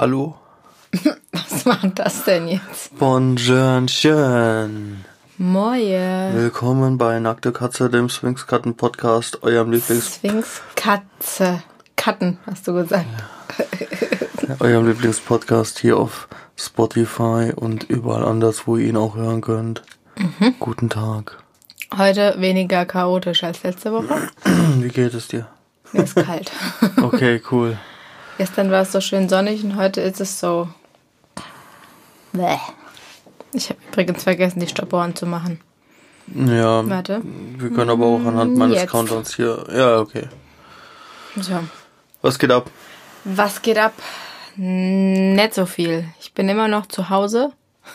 Hallo? Was war das denn jetzt? Bonjourchen. Moje. Willkommen bei Nackte Katze, dem Sphinx-Katten-Podcast, eurem Sphinx-Katze. Katten, hast du gesagt. eurem Lieblingspodcast hier auf Spotify und überall anders, wo ihr ihn auch hören könnt. Guten Tag. Heute weniger chaotisch als letzte Woche. Wie geht es dir? Mir ist kalt. Okay, cool. Gestern war es so schön sonnig und heute ist es so... Bäh. Ich habe übrigens vergessen, die Stoppuhr zu machen. Ja, Warte. wir können aber auch anhand meines Jetzt. Countdowns hier... Ja, okay. So. Was geht ab? Was geht ab? Nicht so viel. Ich bin immer noch zu Hause.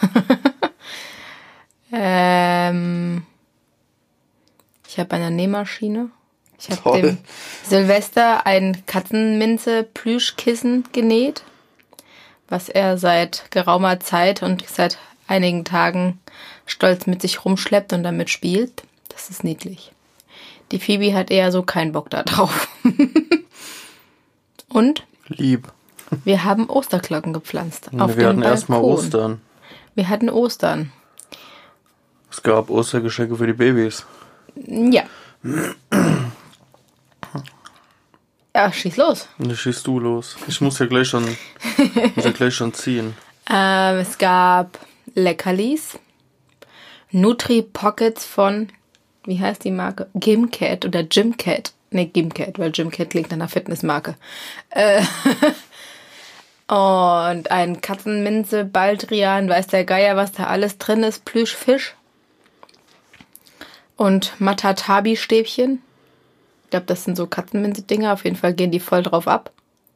Ich habe eine Nähmaschine. Ich habe dem Silvester ein Katzenminze-Plüschkissen genäht, was er seit geraumer Zeit und seit einigen Tagen stolz mit sich rumschleppt und damit spielt. Das ist niedlich. Die Phoebe hat eher so keinen Bock da drauf. Und Lieb. wir haben Osterglocken gepflanzt. Auf Wir dem hatten erstmal Balkon. Ostern. Wir hatten Ostern. Es gab Ostergeschenke für die Babys. Ja. Ja, schieß los. Und schießt du los. Ich muss ja gleich schon ziehen. Es gab Leckerlis, Nutri Pockets von, wie heißt die Marke? Gimcat oder Gymcat. Ne, Gimcat, weil Gymcat klingt nach einer Fitnessmarke. Und ein Katzenminze, Baldrian, weiß der Geier, was da alles drin ist, Plüschfisch. Und Matatabi-Stäbchen. Ich glaube, das sind so Katzenminze-Dinger. Auf jeden Fall gehen die voll drauf ab.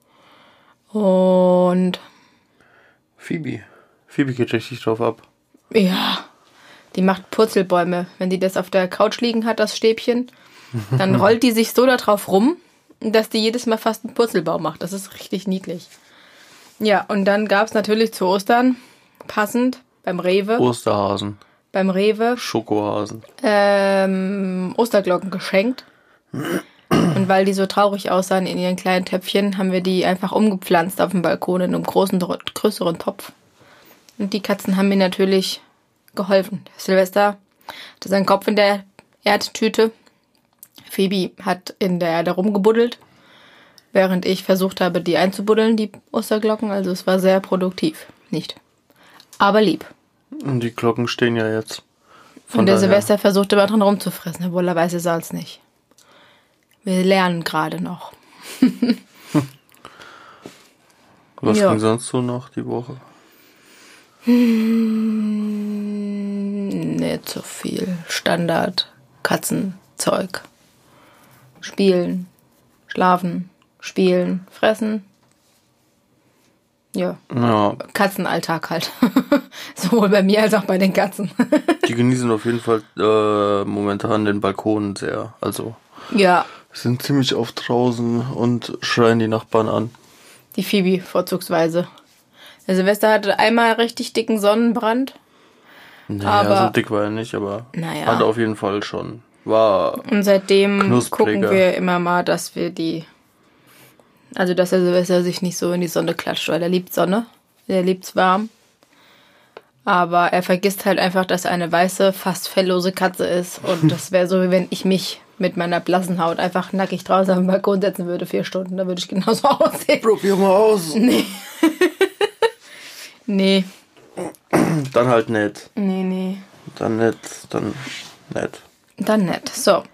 Und Phoebe geht richtig drauf ab. ja, die macht Purzelbäume. Wenn die das auf der Couch liegen hat, das Stäbchen, dann rollt die sich so da drauf rum, dass die jedes Mal fast einen Purzelbaum macht. Das ist richtig niedlich. Ja, und dann gab es natürlich zu Ostern, passend, beim Rewe, Osterhasen. Schokohasen, Schokohasen. Osterglocken geschenkt. Und weil die so traurig aussahen in ihren kleinen Töpfchen, haben wir die einfach umgepflanzt auf dem Balkon in einem größeren Topf. Und die Katzen haben mir natürlich geholfen. Silvester hatte seinen Kopf in der Erdtüte. Phoebe hat in der Erde rumgebuddelt, während ich versucht habe, die einzubuddeln, die Osterglocken. Also es war sehr produktiv. Nicht. Aber lieb. Und die Glocken stehen ja jetzt. Und der Silvester versuchte mal dran rumzufressen, obwohl er weiß, er soll es nicht. Wir lernen gerade noch. Was Ja. ging sonst so noch die Woche? Nicht so viel. Standard, Katzenzeug. Spielen, schlafen, spielen, fressen. Ja, Ja, Katzenalltag halt. Sowohl bei mir als auch bei den Katzen. die genießen auf jeden Fall momentan den Balkon sehr. Also Ja, sind ziemlich oft draußen und schreien die Nachbarn an. die Phoebe vorzugsweise. Der Silvester hatte einmal richtig dicken Sonnenbrand. Naja, Aber- so dick war er nicht, aber Naja. hat auf jeden Fall schon. War Und seitdem Knuspriger. gucken wir immer mal, dass wir dass der Silvester sich nicht so in die Sonne klatscht, weil er liebt Sonne. Er liebt's warm. Aber er vergisst halt einfach, dass er eine weiße, fast felllose Katze ist. Und das wäre so, wie wenn ich mich mit meiner blassen Haut einfach nackig draußen auf den Balkon setzen würde, 4 Stunden. Da würde ich genauso aussehen. Probier mal aus. Nee. Dann halt nett. Nee. Dann nett. Dann nett. Dann nett. So.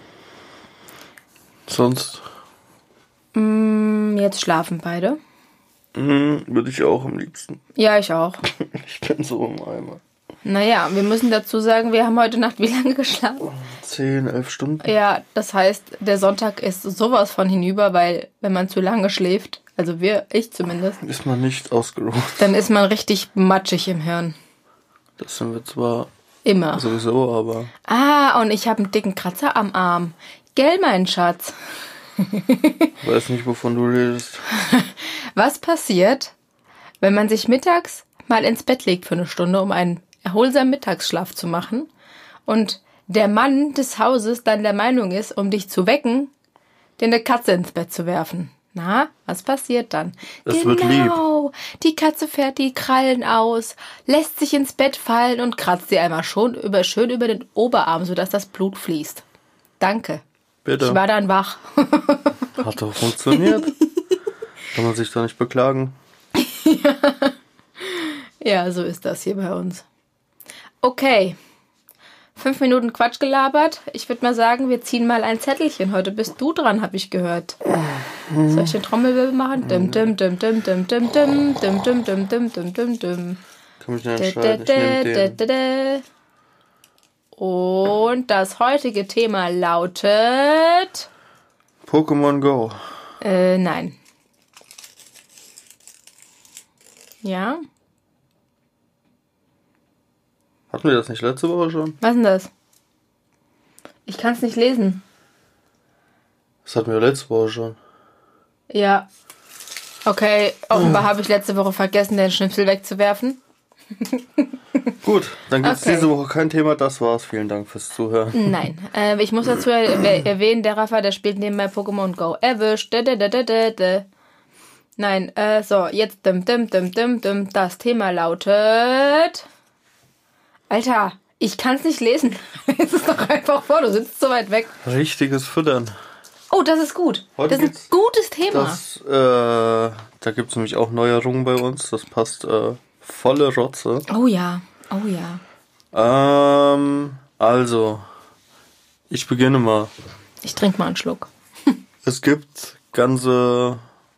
Sonst Jetzt schlafen beide. würde ich auch am liebsten. Ja, ich auch. Ich bin so im Eimer. Naja, wir müssen dazu sagen, wir haben heute Nacht wie lange geschlafen? 10, 11 Stunden. Ja, das heißt, der Sonntag ist sowas von hinüber, weil wenn man zu lange schläft, also ich zumindest, Ist man nicht ausgeruht. dann ist man richtig matschig im Hirn. Das sind wir zwar Immer. sowieso, aber Und ich habe einen dicken Kratzer am Arm. Gell, mein Schatz? weiß nicht, wovon du redest. Was passiert, wenn man sich mittags mal ins Bett legt für eine Stunde, um einen erholsamen Mittagsschlaf zu machen und der Mann des Hauses dann der Meinung ist, um dich zu wecken, dir eine Katze ins Bett zu werfen? Na, was passiert dann? Es wird lieb. Die Katze fährt die Krallen aus, lässt sich ins Bett fallen und kratzt sie einmal schön über den Oberarm, sodass das Blut fließt. Danke. Bitte. Ich war dann wach. Hat doch funktioniert. Kann man sich doch nicht beklagen. Ja, so ist das hier bei uns. Okay. 5 Minuten Quatsch gelabert. Ich würde mal sagen, wir ziehen mal ein Zettelchen. Heute bist du dran, habe ich gehört. Soll ich den Trommelwirbel machen? Dim, dim, dim, dim, dim, dim, dim, dim, dim, dim, dim, dim, dim, dim. Kann mich nicht entscheiden. Ich nehm den. Und das heutige Thema lautet... Pokémon Go. Nein. Ja? Hatten wir das nicht letzte Woche schon? Was ist denn das? Ich kann es nicht lesen. Das hatten wir letzte Woche schon. Ja. Okay, offenbar habe ich letzte Woche vergessen, den Schnipsel wegzuwerfen. Gut, dann gibt es Okay. diese Woche kein Thema. Das war's. Vielen Dank fürs Zuhören. Nein. Ich muss dazu erwähnen, der Rafa, der spielt nebenbei Pokémon Go. Erwischt. Nein, so, jetzt das Thema lautet... Alter, ich kann es nicht lesen. Lies es doch einfach vor, du sitzt so weit weg. Richtiges Füttern. Oh, das ist gut. Heute Das ist ein gutes Thema. Da gibt es nämlich auch Neuerungen bei uns. Das passt volle Rotze. Oh ja, oh ja. Also, ich beginne mal. Ich trinke mal einen Schluck. Es gibt ganze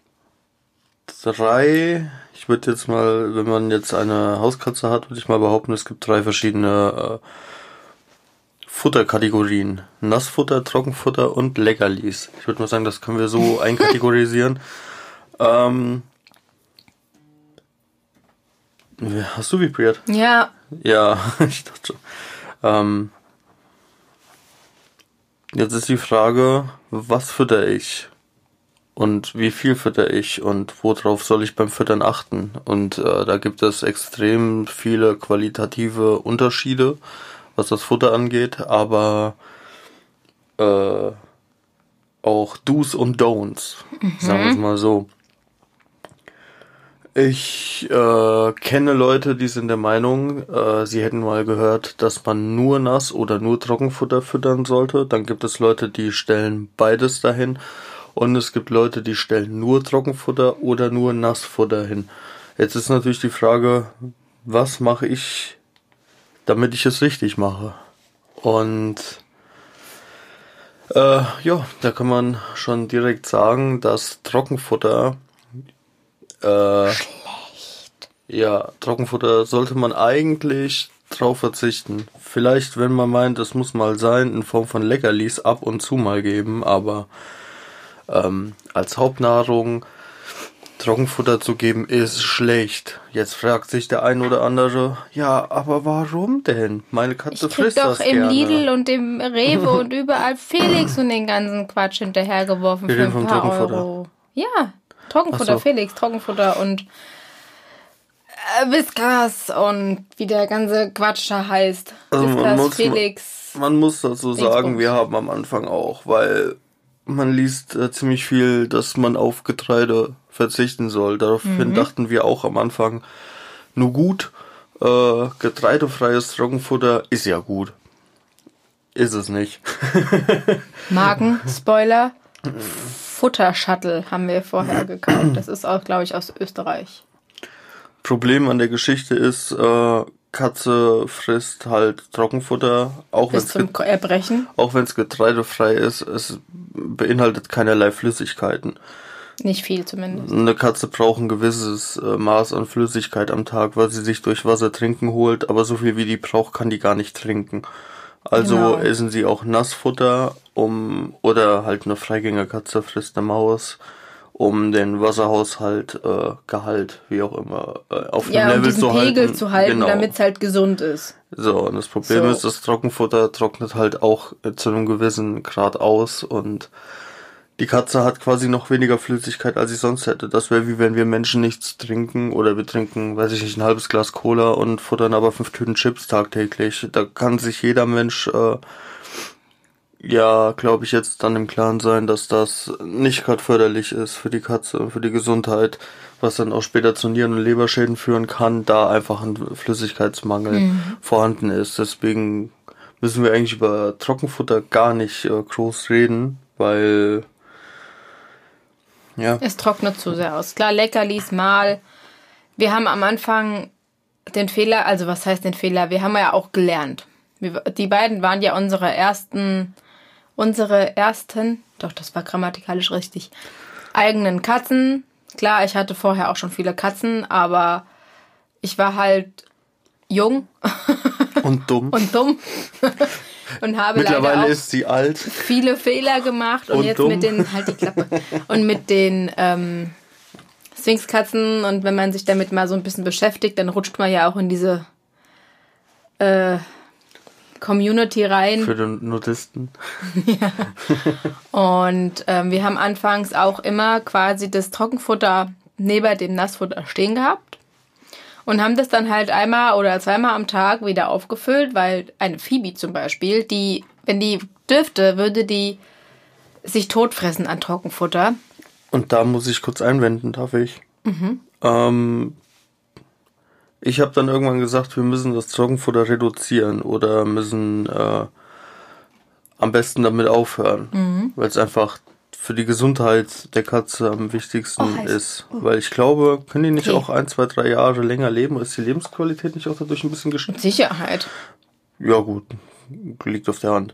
3, ich würde jetzt mal, wenn man jetzt eine Hauskatze hat, würde ich mal behaupten, es gibt 3 verschiedene Futterkategorien. Nassfutter, Trockenfutter und Leckerlis. Ich würde mal sagen, das können wir so einkategorisieren. Hast du vibriert? Ja, Ja, ich dachte schon. Jetzt ist die Frage, was fütter ich? Und wie viel fütter ich? Und worauf soll ich beim Füttern achten? Und da gibt es extrem viele qualitative Unterschiede, was das Futter angeht, aber auch Do's und Don'ts, sagen wir es mal so. Ich kenne Leute, die sind der Meinung, sie hätten mal gehört, dass man nur Nass- oder nur Trockenfutter füttern sollte. Dann gibt es Leute, die stellen beides dahin. Und es gibt Leute, die stellen nur Trockenfutter oder nur Nassfutter hin. Jetzt ist natürlich die Frage, was mache ich, damit ich es richtig mache? Und ja, da kann man schon direkt sagen, dass Trockenfutter ja, Trockenfutter sollte man eigentlich drauf verzichten. Vielleicht, wenn man meint, es muss mal sein, in Form von Leckerlis ab und zu mal geben, aber als Hauptnahrung Trockenfutter zu geben, ist schlecht. Jetzt fragt sich der ein oder andere, ja, aber warum denn? Meine Katze ich krieg frisst doch das im gerne. Lidl und im Rewe und überall Felix und den ganzen Quatsch hinterhergeworfen Wir für reden ein vom paar Trockenfutter. Euro. Ja, Trockenfutter, Ach so. Felix, Trockenfutter und Whiskas und wie der ganze Quatsch da heißt. Also Whiskas, Felix. Man muss dazu sagen, Dingsbums. wir haben am Anfang auch, weil man liest ziemlich viel, dass man auf Getreide verzichten soll. Daraufhin dachten wir auch am Anfang, nur gut, getreidefreies Trockenfutter ist ja gut. Ist es nicht. Magen, Spoiler. Futtershuttle haben wir vorher gekauft. Das ist auch, glaube ich, aus Österreich. Problem an der Geschichte ist, Katze frisst halt Trockenfutter, auch wenn Bis zum Erbrechen. es getreidefrei ist, es beinhaltet keinerlei Flüssigkeiten. Nicht viel zumindest. Eine Katze braucht ein gewisses Maß an Flüssigkeit am Tag, weil sie sich durch Wasser trinken holt, aber so viel wie die braucht, kann die gar nicht trinken. Also Genau. essen sie auch Nassfutter, oder halt eine Freigängerkatze frisst eine Maus, um den Wasserhaushalt, Gehalt, wie auch immer, auf Ja, einem um Level diesen zu halten. Pegel zu halten, Genau. damit es halt gesund ist. So, und das Problem So. ist, das Trockenfutter trocknet halt auch zu einem gewissen Grad aus und die Katze hat quasi noch weniger Flüssigkeit, als sie sonst hätte. Das wäre wie wenn wir Menschen nichts trinken oder wir trinken, weiß ich nicht, ein halbes Glas Cola und futtern aber 5 Tüten Chips tagtäglich. Da kann sich jeder Mensch ja, glaube ich, jetzt dann im Klaren sein, dass das nicht gerade förderlich ist für die Katze und für die Gesundheit, was dann auch später zu Nieren- und Leberschäden führen kann, da einfach ein Flüssigkeitsmangel vorhanden ist. Deswegen müssen wir eigentlich über Trockenfutter gar nicht groß reden, weil ja, Es trocknet zu sehr aus. Klar, Leckerlis mal. Wir haben am Anfang den Fehler, also was heißt den Fehler? Wir haben ja auch gelernt. Die beiden waren ja unsere ersten, doch, das war grammatikalisch richtig, eigenen Katzen. Klar, ich hatte vorher auch schon viele Katzen, aber ich war halt jung und dumm. und dumm und habe Mittlerweile leider auch ist sie alt. viele Fehler gemacht und jetzt dumm. mit den, halt die Klappe, und mit den Sphinxkatzen, und wenn man sich damit mal so ein bisschen beschäftigt, dann rutscht man ja auch in diese Community rein. Für den Nudisten. Ja. Und wir haben anfangs auch immer quasi das Trockenfutter neben dem Nassfutter stehen gehabt und haben das dann halt einmal oder zweimal am Tag wieder aufgefüllt, weil eine Phoebe zum Beispiel, die, wenn die dürfte, würde die sich totfressen an Trockenfutter. Und da muss ich kurz einwenden, darf ich? Ich habe dann irgendwann gesagt, wir müssen das Trockenfutter reduzieren oder müssen am besten damit aufhören, weil es einfach für die Gesundheit der Katze am wichtigsten ist. Weil ich glaube, können die nicht auch 1, 2, 3 Jahre länger leben? Ist die Lebensqualität nicht auch dadurch ein bisschen Mit Sicherheit. Ja gut, liegt auf der Hand.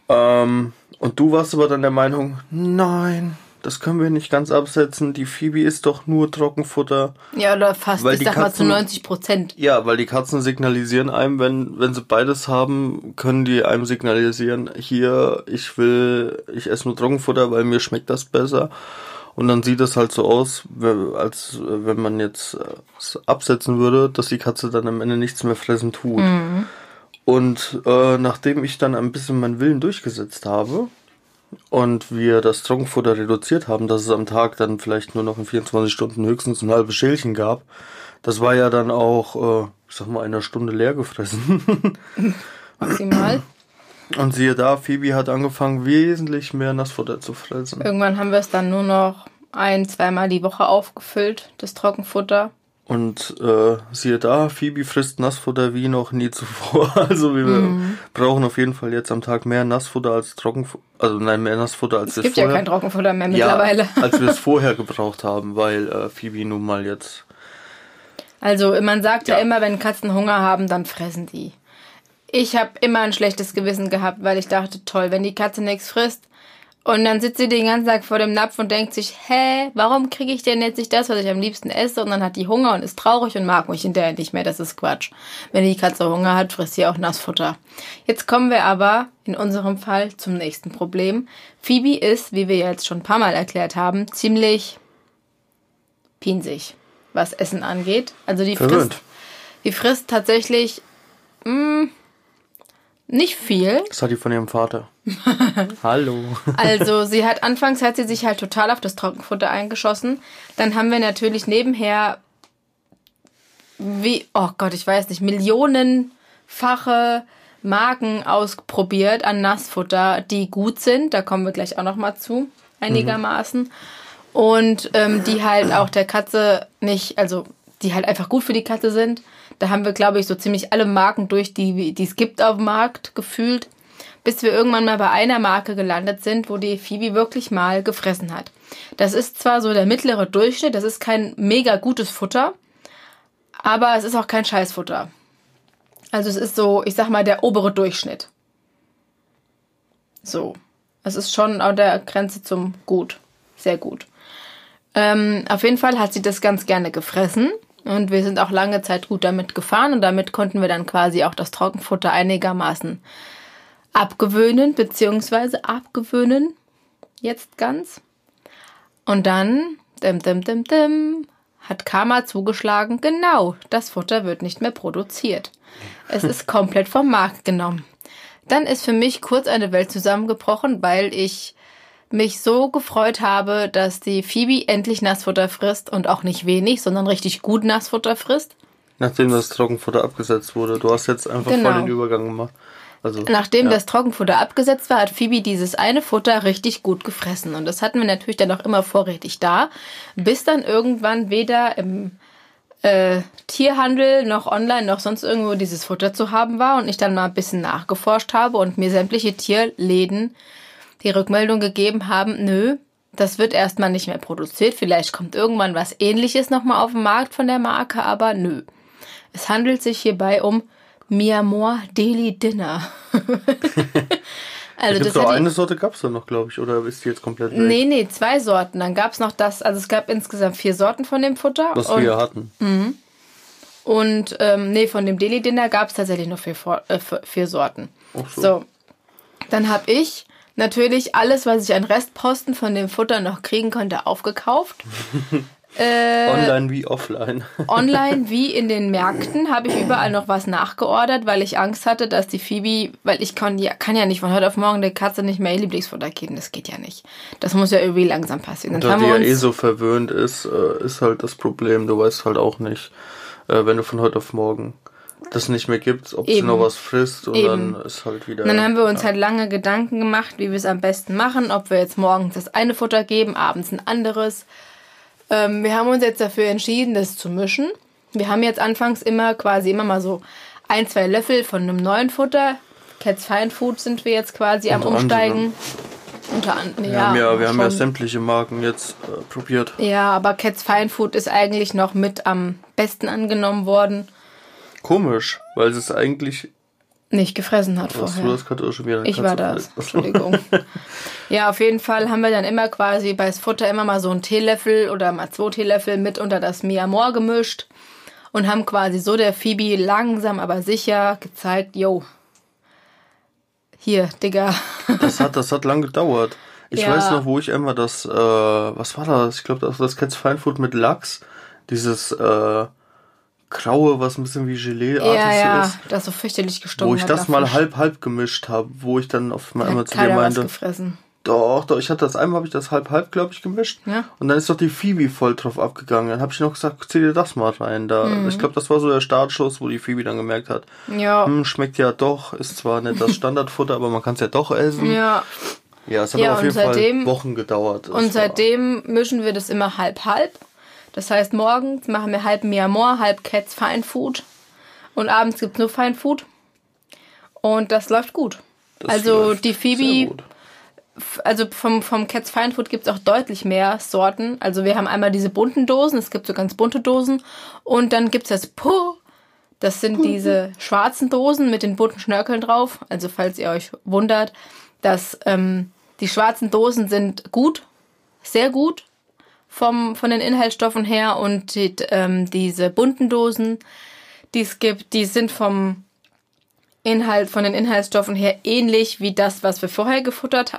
Und du warst aber dann der Meinung, nein, das können wir nicht ganz absetzen. Die Phoebe ist doch nur Trockenfutter. Ja, oder fast, Weil ich die sag mal zu Katzen- 90%. Ja, weil die Katzen signalisieren einem, wenn sie beides haben, können die einem signalisieren, hier, ich esse nur Trockenfutter, weil mir schmeckt das besser. Und dann sieht es halt so aus, als wenn man jetzt es absetzen würde, dass die Katze dann am Ende nichts mehr fressen tut. Und nachdem ich dann ein bisschen meinen Willen durchgesetzt habe und wir das Trockenfutter reduziert haben, dass es am Tag dann vielleicht nur noch in 24 Stunden höchstens ein halbes Schälchen gab, das war ja dann auch, ich sag mal, eine Stunde leer gefressen. Maximal. Und siehe da, Phoebe hat angefangen, wesentlich mehr Nassfutter zu fressen. Irgendwann haben wir es dann nur noch 1-, 2-mal die Woche aufgefüllt, das Trockenfutter. Und siehe da, Phoebe frisst Nassfutter wie noch nie zuvor. Also wir brauchen auf jeden Fall jetzt am Tag mehr Nassfutter als Trockenfutter. Also nein, mehr Nassfutter als Es wir gibt vorher. ja kein Trockenfutter mehr mittlerweile. Ja, als wir es vorher gebraucht haben, weil Phoebe nun mal jetzt... Also man sagt ja Ja. immer, wenn Katzen Hunger haben, dann fressen die. Ich habe immer ein schlechtes Gewissen gehabt, weil ich dachte, toll, wenn die Katze nichts frisst und dann sitzt sie den ganzen Tag vor dem Napf und denkt sich, warum kriege ich denn jetzt nicht das, was ich am liebsten esse? Und dann hat die Hunger und ist traurig und mag mich hinterher nicht mehr. Das ist Quatsch. Wenn die Katze Hunger hat, frisst sie auch Nassfutter. Jetzt kommen wir aber in unserem Fall zum nächsten Problem. Phoebe ist, wie wir jetzt schon ein paar Mal erklärt haben, ziemlich pinsig, was Essen angeht. Also die frisst tatsächlich nicht viel. Das hat die von ihrem Vater. Hallo. Also anfangs hat sie sich halt total auf das Trockenfutter eingeschossen. Dann haben wir natürlich nebenher, oh Gott, ich weiß nicht, millionenfache Marken ausprobiert an Nassfutter, die gut sind. Da kommen wir gleich auch noch mal zu, einigermaßen. Und die halt auch der Katze nicht, also die halt einfach gut für die Katze sind. Da haben wir, glaube ich, so ziemlich alle Marken durch, die es gibt auf dem Markt, gefühlt. Bis wir irgendwann mal bei einer Marke gelandet sind, wo die Phoebe wirklich mal gefressen hat. Das ist zwar so der mittlere Durchschnitt, das ist kein mega gutes Futter, aber es ist auch kein Scheißfutter. Also es ist so, ich sag mal, der obere Durchschnitt. So. Es ist schon an der Grenze zum gut. Sehr gut. Auf jeden Fall hat sie das ganz gerne gefressen. Und wir sind auch lange Zeit gut damit gefahren. Und damit konnten wir dann quasi auch das Trockenfutter einigermaßen abgewöhnen. Jetzt ganz. Und dann, hat Karma zugeschlagen. Genau, das Futter wird nicht mehr produziert. Es ist komplett vom Markt genommen. Dann ist für mich kurz eine Welt zusammengebrochen, weil ich mich so gefreut habe, dass die Phoebe endlich Nassfutter frisst und auch nicht wenig, sondern richtig gut Nassfutter frisst. Nachdem das Trockenfutter abgesetzt wurde. Du hast jetzt einfach voll den Übergang gemacht. Also, Nachdem das Trockenfutter abgesetzt war, hat Phoebe dieses eine Futter richtig gut gefressen. Und das hatten wir natürlich dann auch immer vorrätig da, bis dann irgendwann weder im Tierhandel noch online noch sonst irgendwo dieses Futter zu haben war und ich dann mal ein bisschen nachgeforscht habe und mir sämtliche Tierläden die Rückmeldung gegeben haben, nö, das wird erstmal nicht mehr produziert, vielleicht kommt irgendwann was Ähnliches nochmal auf den Markt von der Marke, aber nö. Es handelt sich hierbei um Mi Amor Daily Dinner. Also das eine Sorte gab es da noch, glaube ich, oder ist die jetzt komplett weg? Nee, 2 Sorten. Dann gab es noch das, also es gab insgesamt 4 Sorten von dem Futter. Was wir hatten. Und von dem Daily Dinner gab es tatsächlich noch 4 Sorten. Ach so. So, dann habe ich natürlich alles, was ich an Restposten von dem Futter noch kriegen konnte, aufgekauft. Online wie offline. Online wie in den Märkten habe ich überall noch was nachgeordert, weil ich Angst hatte, dass die Phoebe, weil ich kann ja nicht von heute auf morgen der Katze nicht mehr ihr Lieblingsfutter geben, das geht ja nicht. Das muss ja irgendwie langsam passieren. Und da die ja so verwöhnt ist, ist halt das Problem, du weißt halt auch nicht, wenn du von heute auf morgen das nicht mehr gibt, ob sie noch was frisst und dann ist halt wieder... Und dann haben wir uns halt lange Gedanken gemacht, wie wir es am besten machen, ob wir jetzt morgens das eine Futter geben, abends ein anderes. Wir haben uns jetzt dafür entschieden, das zu mischen. Wir haben jetzt anfangs immer mal so 1-2 Löffel von einem neuen Futter. Cats Fine Food sind wir jetzt quasi am Umsteigen. Wir haben ja sämtliche Marken jetzt probiert. Ja, aber Cats Fine Food ist eigentlich noch mit am besten angenommen worden. Komisch, weil es eigentlich... nicht gefressen hat vorher. Du das gerade auch schon wieder Ich war das, Entschuldigung. Ja, auf jeden Fall haben wir dann immer quasi bei das Futter immer mal so einen Teelöffel oder mal 2 Teelöffel mit unter das Mi Amor gemischt und haben quasi so der Phoebe langsam aber sicher gezeigt, yo, hier, Digga. Das hat lang gedauert. Ich weiß noch, wo ich einmal was war das? Ich glaube, das war das Cats Fine Food mit Lachs. Dieses Graue, was ein bisschen wie Gelee-artig ist. das so fürchterlich gestunken hat. Wo ich das mal halb gemischt habe, wo ich dann auf einmal zu dir meinte. Gefressen. Doch, ich hatte habe ich das halb, glaube ich, gemischt. Ja. Und dann ist doch die Phoebe voll drauf abgegangen. Dann habe ich noch gesagt, zieh dir das mal rein. Ich glaube, das war so der Startschuss, wo die Phoebe dann gemerkt hat, schmeckt ja doch, ist zwar nicht das Standardfutter, aber man kann es ja doch essen. Ja. Ja, es hat auf jeden Fall Wochen gedauert. Und seitdem mischen wir das immer halb. Das heißt, morgens machen wir halb Mi Amor, halb Cats Fine Food. Und abends gibt es nur Fine Food. Und das läuft gut. Die Phoebe, also vom Cats Fine Food gibt es auch deutlich mehr Sorten. Also wir haben einmal diese bunten Dosen, es gibt so ganz bunte Dosen. Und dann gibt es das Puh. Das sind diese schwarzen Dosen mit den bunten Schnörkeln drauf. Also falls ihr euch wundert, dass die schwarzen Dosen sind gut, sehr gut. Von den Inhaltsstoffen her und diese bunten Dosen, die es gibt, die sind von den Inhaltsstoffen her ähnlich wie das, was wir vorher gefuttert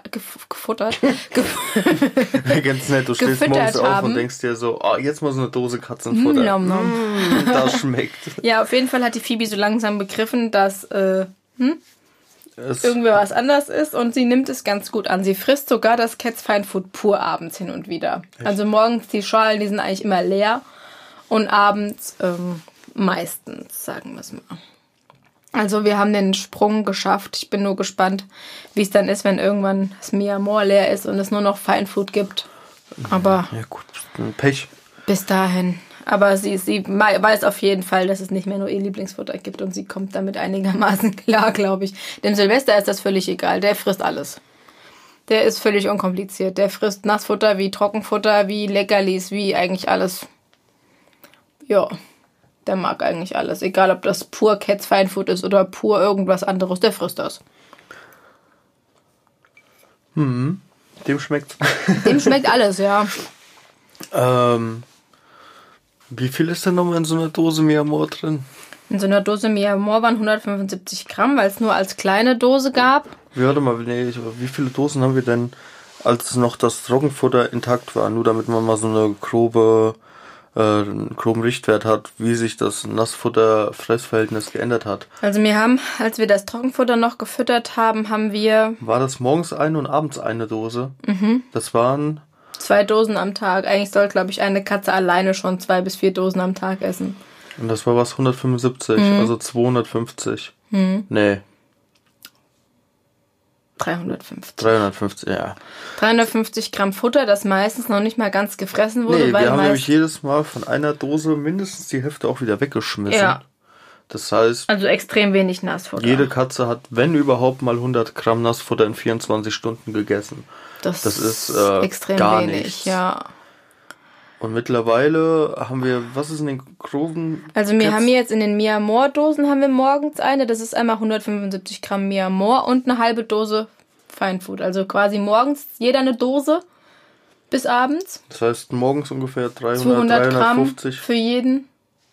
Ganz nett, du stehst morgens auf und denkst dir so, jetzt mal so eine Dose Katzenfutter. Das schmeckt. Ja, auf jeden Fall hat die Phoebe so langsam begriffen, dass irgendwie was anders ist und sie nimmt es ganz gut an. Sie frisst sogar das Cats Fine Food pur abends hin und wieder. Echt? Also morgens die Schalen, die sind eigentlich immer leer und abends meistens, sagen wir es mal. Also wir haben den Sprung geschafft. Ich bin nur gespannt, wie es dann ist, wenn irgendwann das Mi Amor leer ist und es nur noch Fine Food gibt. Aber ja gut, Pech. Bis dahin. Aber sie weiß auf jeden Fall, dass es nicht mehr nur ihr Lieblingsfutter gibt und sie kommt damit einigermaßen klar, glaube ich. Dem Silvester ist das völlig egal. Der frisst alles. Der ist völlig unkompliziert. Der frisst Nassfutter wie Trockenfutter, wie Leckerlis, wie eigentlich alles. Ja, der mag eigentlich alles. Egal, ob das pur Cats Fine Food ist oder pur irgendwas anderes, der frisst das. Dem schmeckt's. Dem schmeckt alles, ja. Wie viel ist denn nochmal in so einer Dose Mi Amor drin? In so einer Dose Mi Amor waren 175 Gramm, weil es nur als kleine Dose gab. Warte mal, wie viele Dosen haben wir denn, als noch das Trockenfutter intakt war? Nur damit man mal so eine einen groben Richtwert hat, wie sich das Nassfutter-Fressverhältnis geändert hat. Also wir haben, als wir das Trockenfutter noch gefüttert haben, War das morgens eine und abends eine Dose? Das waren... 2 Dosen am Tag. Eigentlich soll, glaube ich, eine Katze alleine schon 2 bis 4 Dosen am Tag essen. Und das war was 175, also 250. Nee. 350. 350, ja. 350 Gramm Futter, das meistens noch nicht mal ganz gefressen wurde. Nee, weil wir haben nämlich jedes Mal von einer Dose mindestens die Hälfte auch wieder weggeschmissen. Ja. Das heißt, also extrem wenig Nassfutter. Jede Katze hat, wenn überhaupt, mal 100 Gramm Nassfutter in 24 Stunden gegessen. Das ist extrem gar wenig, nichts. ja. Und mittlerweile haben wir, was ist in den groben... Also wir haben jetzt in den Miamor-Dosen haben wir morgens eine, das ist einmal 175 Gramm Miamor und eine halbe Dose Feinfood. Also quasi morgens jeder eine Dose bis abends. Das heißt morgens ungefähr 300, 200 350. Gramm für jeden.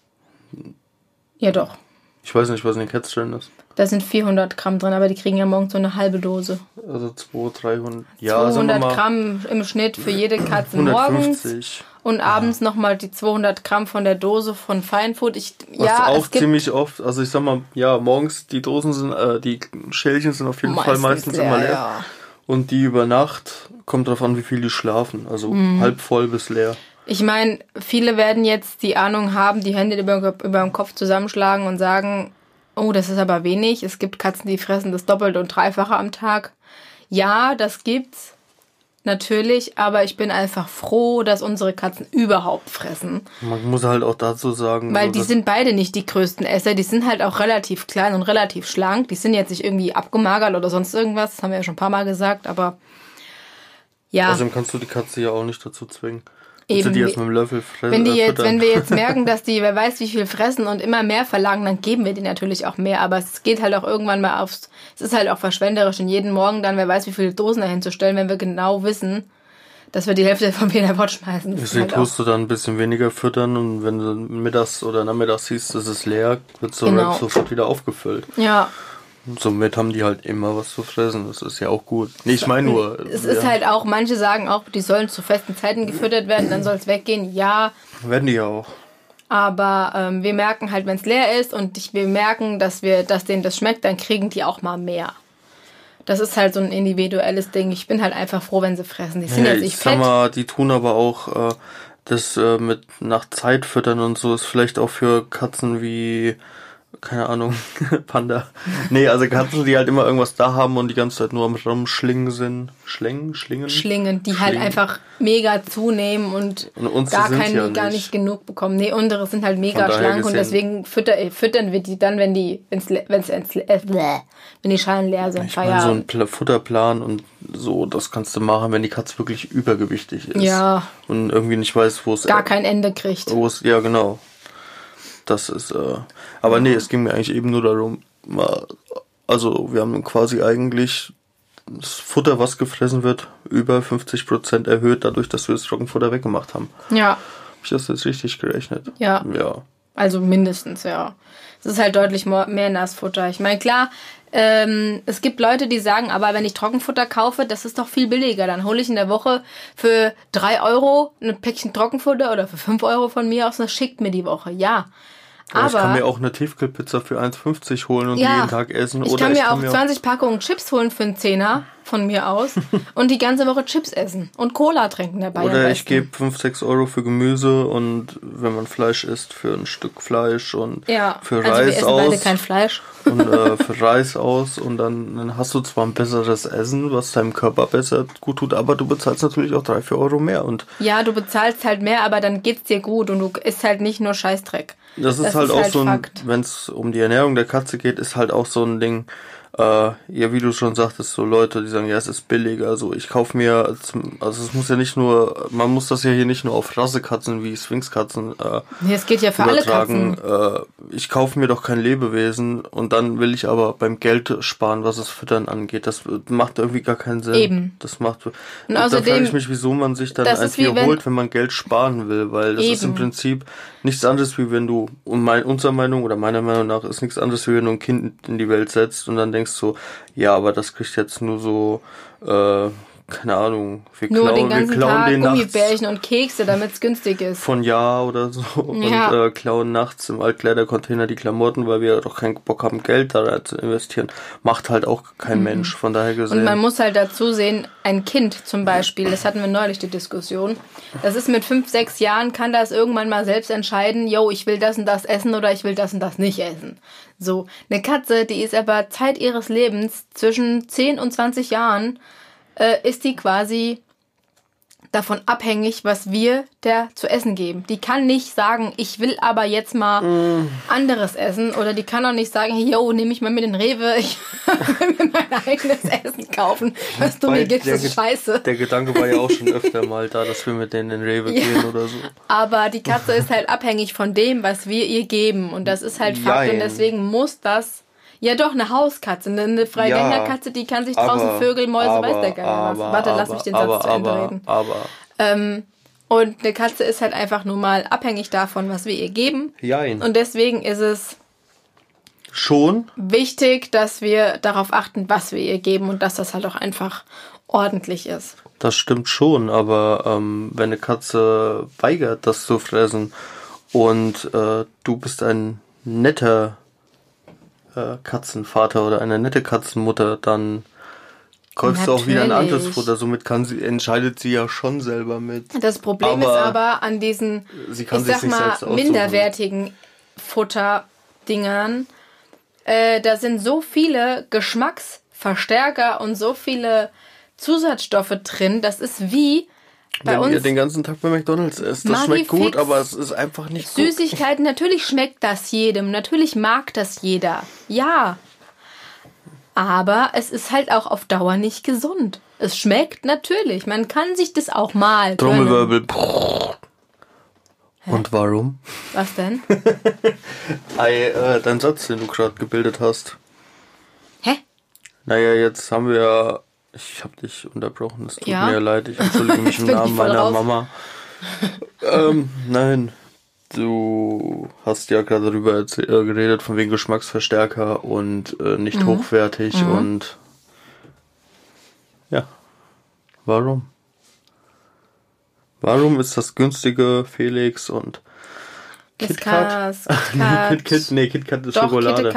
Ja doch. Ich weiß nicht, was in den Cats drin ist. Da sind 400 Gramm drin, aber die kriegen ja morgens so eine halbe Dose. Also 200, 300... Ja, 200 Gramm im Schnitt für jede Katze 150. morgens. Und abends nochmal die 200 Gramm von der Dose von Feinfood. Was auch ziemlich oft, also ich sag mal, ja, morgens die Dosen sind, die Schälchen sind auf jeden Fall meistens immer leer. Ja. Und die über Nacht, kommt drauf an, wie viel die schlafen. Also halb voll bis leer. Ich meine, viele werden jetzt die Ahnung haben, die Hände über dem Kopf zusammenschlagen und sagen, oh, das ist aber wenig. Es gibt Katzen, die fressen das Doppelte und Dreifache am Tag. Ja, das gibt's. Natürlich, aber ich bin einfach froh, dass unsere Katzen überhaupt fressen. Man muss halt auch dazu sagen... Weil die sind beide nicht die größten Esser. Die sind halt auch relativ klein und relativ schlank. Die sind jetzt nicht irgendwie abgemagert oder sonst irgendwas. Das haben wir ja schon ein paar Mal gesagt, aber ja. Außerdem kannst du die Katze ja auch nicht dazu zwingen. Eben, die jetzt mit dem Löffel fressen. Wenn wir jetzt merken, dass die, wer weiß wie viel fressen und immer mehr verlangen, dann geben wir die natürlich auch mehr. Aber es geht halt auch irgendwann mal es ist halt auch verschwenderisch, und jeden Morgen dann, wer weiß wie viele Dosen dahin zu stellen, wenn wir genau wissen, dass wir die Hälfte von jeder Wort schmeißen. Deswegen tust du dann ein bisschen weniger füttern, und wenn du mittags oder nachmittags siehst, es ist leer, wird so sofort wieder aufgefüllt. Ja. Somit haben die halt immer was zu fressen. Das ist ja auch gut. Nee, ich meine nur... Es ist halt auch, manche sagen auch, die sollen zu festen Zeiten gefüttert werden, dann soll es weggehen. Ja. Werden die ja auch. Aber wir merken halt, wenn es leer ist und wir merken, dass denen das schmeckt, dann kriegen die auch mal mehr. Das ist halt so ein individuelles Ding. Ich bin halt einfach froh, wenn sie fressen. Die sind jetzt nicht fett. Sag mal, die tun aber auch das mit nach Zeit füttern und so ist vielleicht auch für Katzen wie... Keine Ahnung, Panda. Nee, also Katzen, die halt immer irgendwas da haben und die ganze Zeit nur am Rumschlingen sind. Schlingen, die halt einfach mega zunehmen und gar nicht genug bekommen. Nee, unsere sind halt mega schlank und deswegen füttern wir die dann, wenn die Schalen leer sind. Ich meine, so ein Futterplan und so, das kannst du machen, wenn die Katze wirklich übergewichtig ist. Ja. Und irgendwie nicht weiß, wo es... Gar kein Ende kriegt. Ja, genau. Das ist, aber nee, es ging mir eigentlich eben nur darum, also wir haben quasi eigentlich das Futter, was gefressen wird, über 50% erhöht, dadurch, dass wir das Trockenfutter weggemacht haben. Ja. Habe ich das jetzt richtig gerechnet? Ja. Also mindestens, ja. Es ist halt deutlich mehr Nassfutter. Ich meine, klar, es gibt Leute, die sagen, aber wenn ich Trockenfutter kaufe, das ist doch viel billiger. Dann hole ich in der Woche für 3 Euro ein Päckchen Trockenfutter oder für 5 Euro von mir aus, das schickt mir die Woche. Ja. Aber ich kann mir auch eine Tiefkühlpizza für 1,50 holen und jeden Tag essen. Ich kann mir auch 20 Packungen Chips holen für einen Zehner von mir aus und die ganze Woche Chips essen und Cola trinken dabei. Oder ich gebe 5, 6 Euro für Gemüse und wenn man Fleisch isst, für ein Stück Fleisch und für Reis wir essen beide kein Fleisch. Und für Reis aus und dann hast du zwar ein besseres Essen, was deinem Körper besser gut tut, aber du bezahlst natürlich auch 3, 4 Euro mehr. Ja, du bezahlst halt mehr, aber dann geht's dir gut und du isst halt nicht nur Scheißdreck. Das ist halt auch so ein, wenn es um die Ernährung der Katze geht, ist halt auch so ein Ding, wie du schon sagtest, so Leute, die sagen, ja, es ist billiger, also ich kaufe mir, also es muss ja nicht nur, man muss das ja hier nicht nur auf Rassekatzen wie Sphinxkatzen es geht ja für übertragen. Alle Katzen. Ich kaufe mir doch kein Lebewesen und dann will ich aber beim Geld sparen, was das Füttern angeht. Das macht irgendwie gar keinen Sinn. Eben. Das macht, und da frage ich mich, wieso man sich dann eins wiederholt, wenn man Geld sparen will, weil das ist im Prinzip nichts anderes, wie wenn du, unserer Meinung oder meiner Meinung nach, ist nichts anderes, wie wenn du ein Kind in die Welt setzt und dann denkst so, ja, aber das kriegt jetzt nur so keine Ahnung, wir Nur den klauen ganzen Tag den nachts Gummibärchen und Kekse, damit es günstig ist. von Jahr oder so Ja. und klauen nachts im Altkleidercontainer die Klamotten, weil wir doch keinen Bock haben, Geld da rein zu investieren. Macht halt auch kein Mensch, von daher gesehen. Und man muss halt dazu sehen, ein Kind zum Beispiel, das hatten wir neulich die Diskussion, das ist mit 5, 6 Jahren, kann das irgendwann mal selbst entscheiden, yo, ich will das und das essen oder ich will das und das nicht essen. So, eine Katze, die ist aber Zeit ihres Lebens, zwischen 10 und 20 Jahren, ist die quasi davon abhängig, was wir der zu essen geben. Die kann nicht sagen, ich will aber jetzt mal anderes essen. Oder die kann auch nicht sagen, yo, nehme ich mal mit in Rewe, ich will mir mein eigenes Essen kaufen. Was du mir gibst, ist scheiße. Der Gedanke war ja auch schon öfter mal da, dass wir mit denen in Rewe gehen oder so. Aber die Katze ist halt abhängig von dem, was wir ihr geben. Und das ist halt Fakt. Und deswegen muss das... Ja doch, eine Hauskatze, eine Freigängerkatze, die kann sich draußen Vögel, Mäuse, weiß der Geier was. Warte, lass mich den Satz zu Ende reden. Und eine Katze ist halt einfach nur mal abhängig davon, was wir ihr geben. Jein. Und deswegen ist es schon wichtig, dass wir darauf achten, was wir ihr geben und dass das halt auch einfach ordentlich ist. Das stimmt schon, aber wenn eine Katze weigert, das zu fressen und du bist ein netter Katzenvater oder eine nette Katzenmutter, dann kaufst du auch wieder ein anderes Futter. Somit entscheidet sie ja schon selber mit. Das Problem ist aber an diesen, ich sag mal, minderwertigen Futterdingern, da sind so viele Geschmacksverstärker und so viele Zusatzstoffe drin. Das ist wie bei uns. Wenn ihr den ganzen Tag bei McDonald's esst, das schmeckt gut, aber es ist einfach nicht gut. Süßigkeiten, natürlich schmeckt das jedem, natürlich mag das jeder, ja. Aber es ist halt auch auf Dauer nicht gesund. Es schmeckt natürlich, man kann sich das auch mal Trommelwirbel. Und warum? Was denn? Dein Satz, den du gerade gebildet hast. Hä? Naja, jetzt haben wir ja... Ich habe dich unterbrochen, es tut mir leid, ich entschuldige mich im Namen meiner Mama. Nein, du hast ja gerade darüber geredet, von wegen Geschmacksverstärker und nicht hochwertig und ja, warum? Warum ist das günstige Felix und KitKat? KitKat ist Doch, Schokolade.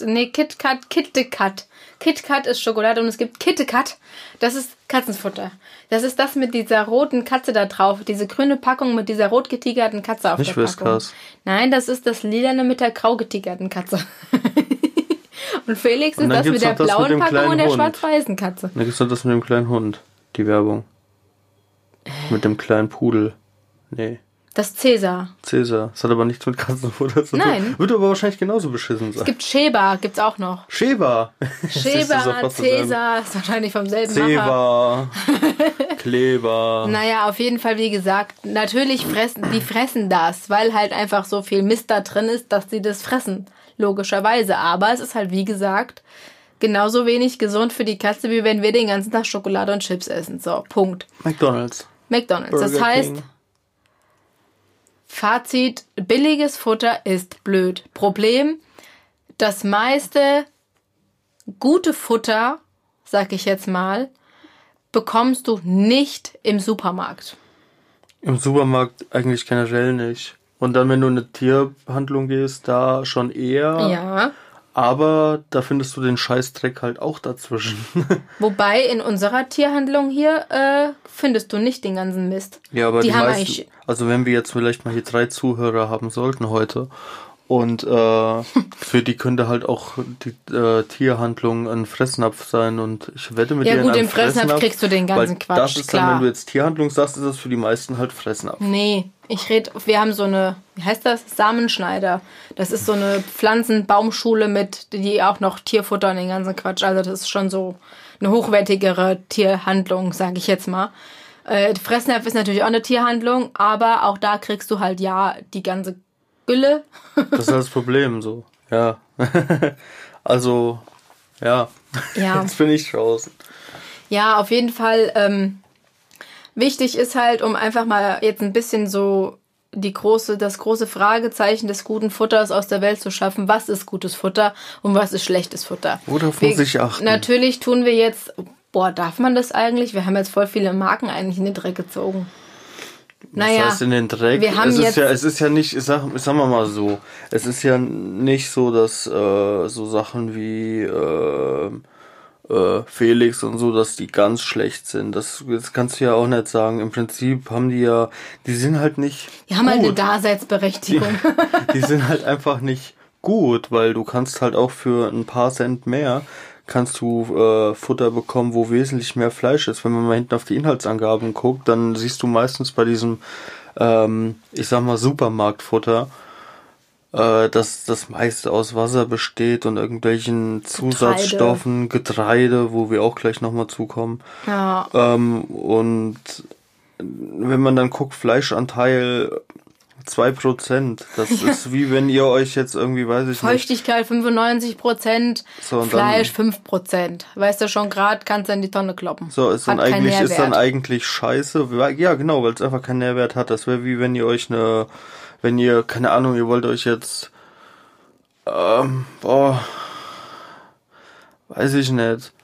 KitKat ist Schokolade und es gibt KitKat. Das ist Katzenfutter. Das ist das mit dieser roten Katze da drauf. Diese grüne Packung mit dieser rot getigerten Katze auf Nicht der Packung. Whiskas. Nein, das ist das lilane mit der grau getigerten Katze. Und Felix ist das mit der blauen Packung und der schwarz-weißen Katze. Dann gibt's noch das mit dem kleinen Hund. Die Werbung. Mit dem kleinen Pudel. Nee. Das Cäsar. Das hat aber nichts mit Katzenfutter zu tun. Nein. Wird aber wahrscheinlich genauso beschissen sein. Es gibt Sheba, gibt's auch noch. Sheba, Cäsar, ist wahrscheinlich vom selben Macher. Kleber. Naja, auf jeden Fall, wie gesagt, natürlich fressen das, weil halt einfach so viel Mist da drin ist, dass sie das fressen. Logischerweise. Aber es ist halt, wie gesagt, genauso wenig gesund für die Katze, wie wenn wir den ganzen Tag Schokolade und Chips essen. So, Punkt. McDonald's. Das heißt... King. Fazit, billiges Futter ist blöd. Problem, das meiste gute Futter, sag ich jetzt mal, bekommst du nicht im Supermarkt. Im Supermarkt eigentlich generell nicht. Und dann, wenn du in eine Tierhandlung gehst, da schon eher. Ja. Aber da findest du den Scheißdreck halt auch dazwischen. Wobei in unserer Tierhandlung hier findest du nicht den ganzen Mist. Ja, aber die meisten, also wenn wir jetzt vielleicht mal hier 3 Zuhörer haben sollten heute und für die könnte halt auch die Tierhandlung ein Fressnapf sein und ich wette mit dir ja gut, im Fressnapf kriegst du den ganzen Quatsch, das ist klar. Dann, wenn du jetzt Tierhandlung sagst, ist das für die meisten halt Fressnapf. Nee, wir haben so eine, wie heißt das? Samenschneider. Das ist so eine Pflanzenbaumschule die auch noch Tierfutter und den ganzen Quatsch. Also das ist schon so eine hochwertigere Tierhandlung, sage ich jetzt mal. Fressnapf ist natürlich auch eine Tierhandlung, aber auch da kriegst du halt die ganze Gülle. Das ist das Problem so, ja. Also, ja. Jetzt bin ich draußen. Ja, auf jeden Fall, wichtig ist halt, um einfach mal jetzt ein bisschen so das große Fragezeichen des guten Futters aus der Welt zu schaffen. Was ist gutes Futter und was ist schlechtes Futter? Worauf muss ich achten? Natürlich tun wir jetzt Boah, darf man das eigentlich? Wir haben jetzt voll viele Marken eigentlich in den Dreck gezogen. Naja, das heißt in den Dreck. Wir haben es ist ja nicht, sagen wir mal so, es ist ja nicht so, dass so Sachen wie Felix und so, dass die ganz schlecht sind. Das kannst du ja auch nicht sagen. Im Prinzip haben die sind halt nicht Die haben halt eine Daseinsberechtigung. Die sind halt einfach nicht gut, weil du kannst halt auch für ein paar Cent mehr kannst du Futter bekommen, wo wesentlich mehr Fleisch ist. Wenn man mal hinten auf die Inhaltsangaben guckt, dann siehst du meistens bei diesem, ich sag mal, Supermarktfutter, dass das meiste aus Wasser besteht und irgendwelchen Zusatzstoffen, Getreide, wo wir auch gleich nochmal zukommen. Ja. Und wenn man dann guckt, Fleischanteil 2%. Das ist wie wenn ihr euch jetzt irgendwie, weiß ich Feuchtigkeit nicht. 95%, so, Fleisch 5%. Weißt du schon, gerade kannst du in die Tonne kloppen. So, ist dann eigentlich scheiße. Ja, genau, weil es einfach keinen Nährwert hat. Das wäre wie wenn ihr euch keine Ahnung, ihr wollt euch jetzt, weiß ich nicht.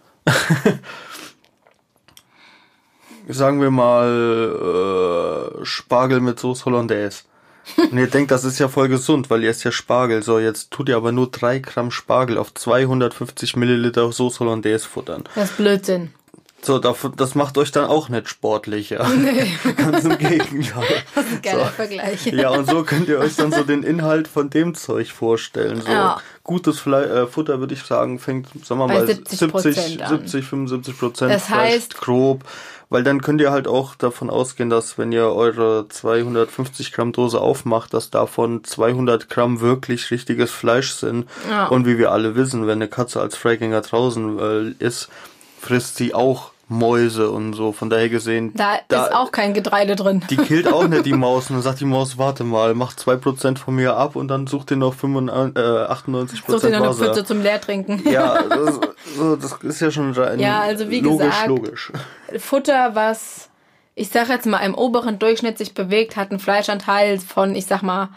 Sagen wir mal, Spargel mit Sauce Hollandaise. Und ihr denkt, das ist ja voll gesund, weil ihr esst ja Spargel. So, jetzt tut ihr aber nur 3 Gramm Spargel auf 250 Milliliter Sauce Hollandaise futtern. Das ist Blödsinn. So, das macht euch dann auch nicht sportlicher. Nee. Ganz im Gegenteil. Das ist ein geiler Vergleich. Ja, und so könnt ihr euch dann so den Inhalt von dem Zeug vorstellen. So, gutes Futter, würde ich sagen, fängt, sagen wir mal, 70, 75%. Das heißt, grob. Weil dann könnt ihr halt auch davon ausgehen, dass wenn ihr eure 250 Gramm Dose aufmacht, dass davon 200 Gramm wirklich richtiges Fleisch sind. Ja. Und wie wir alle wissen, wenn eine Katze als Freigänger draußen ist, frisst sie auch Mäuse und so. Von daher gesehen... Da ist auch kein Getreide drin. Die killt auch nicht die Maus. Und dann sagt die Maus, warte mal, mach 2% von mir ab und dann sucht ihr noch 98% Wasser. Sucht ihr noch eine Pfütze zum Leertrinken. Ja, das ist ja schon also wie logisch. Futter, was, ich sag jetzt mal, im oberen Durchschnitt sich bewegt, hat einen Fleischanteil von, ich sag mal,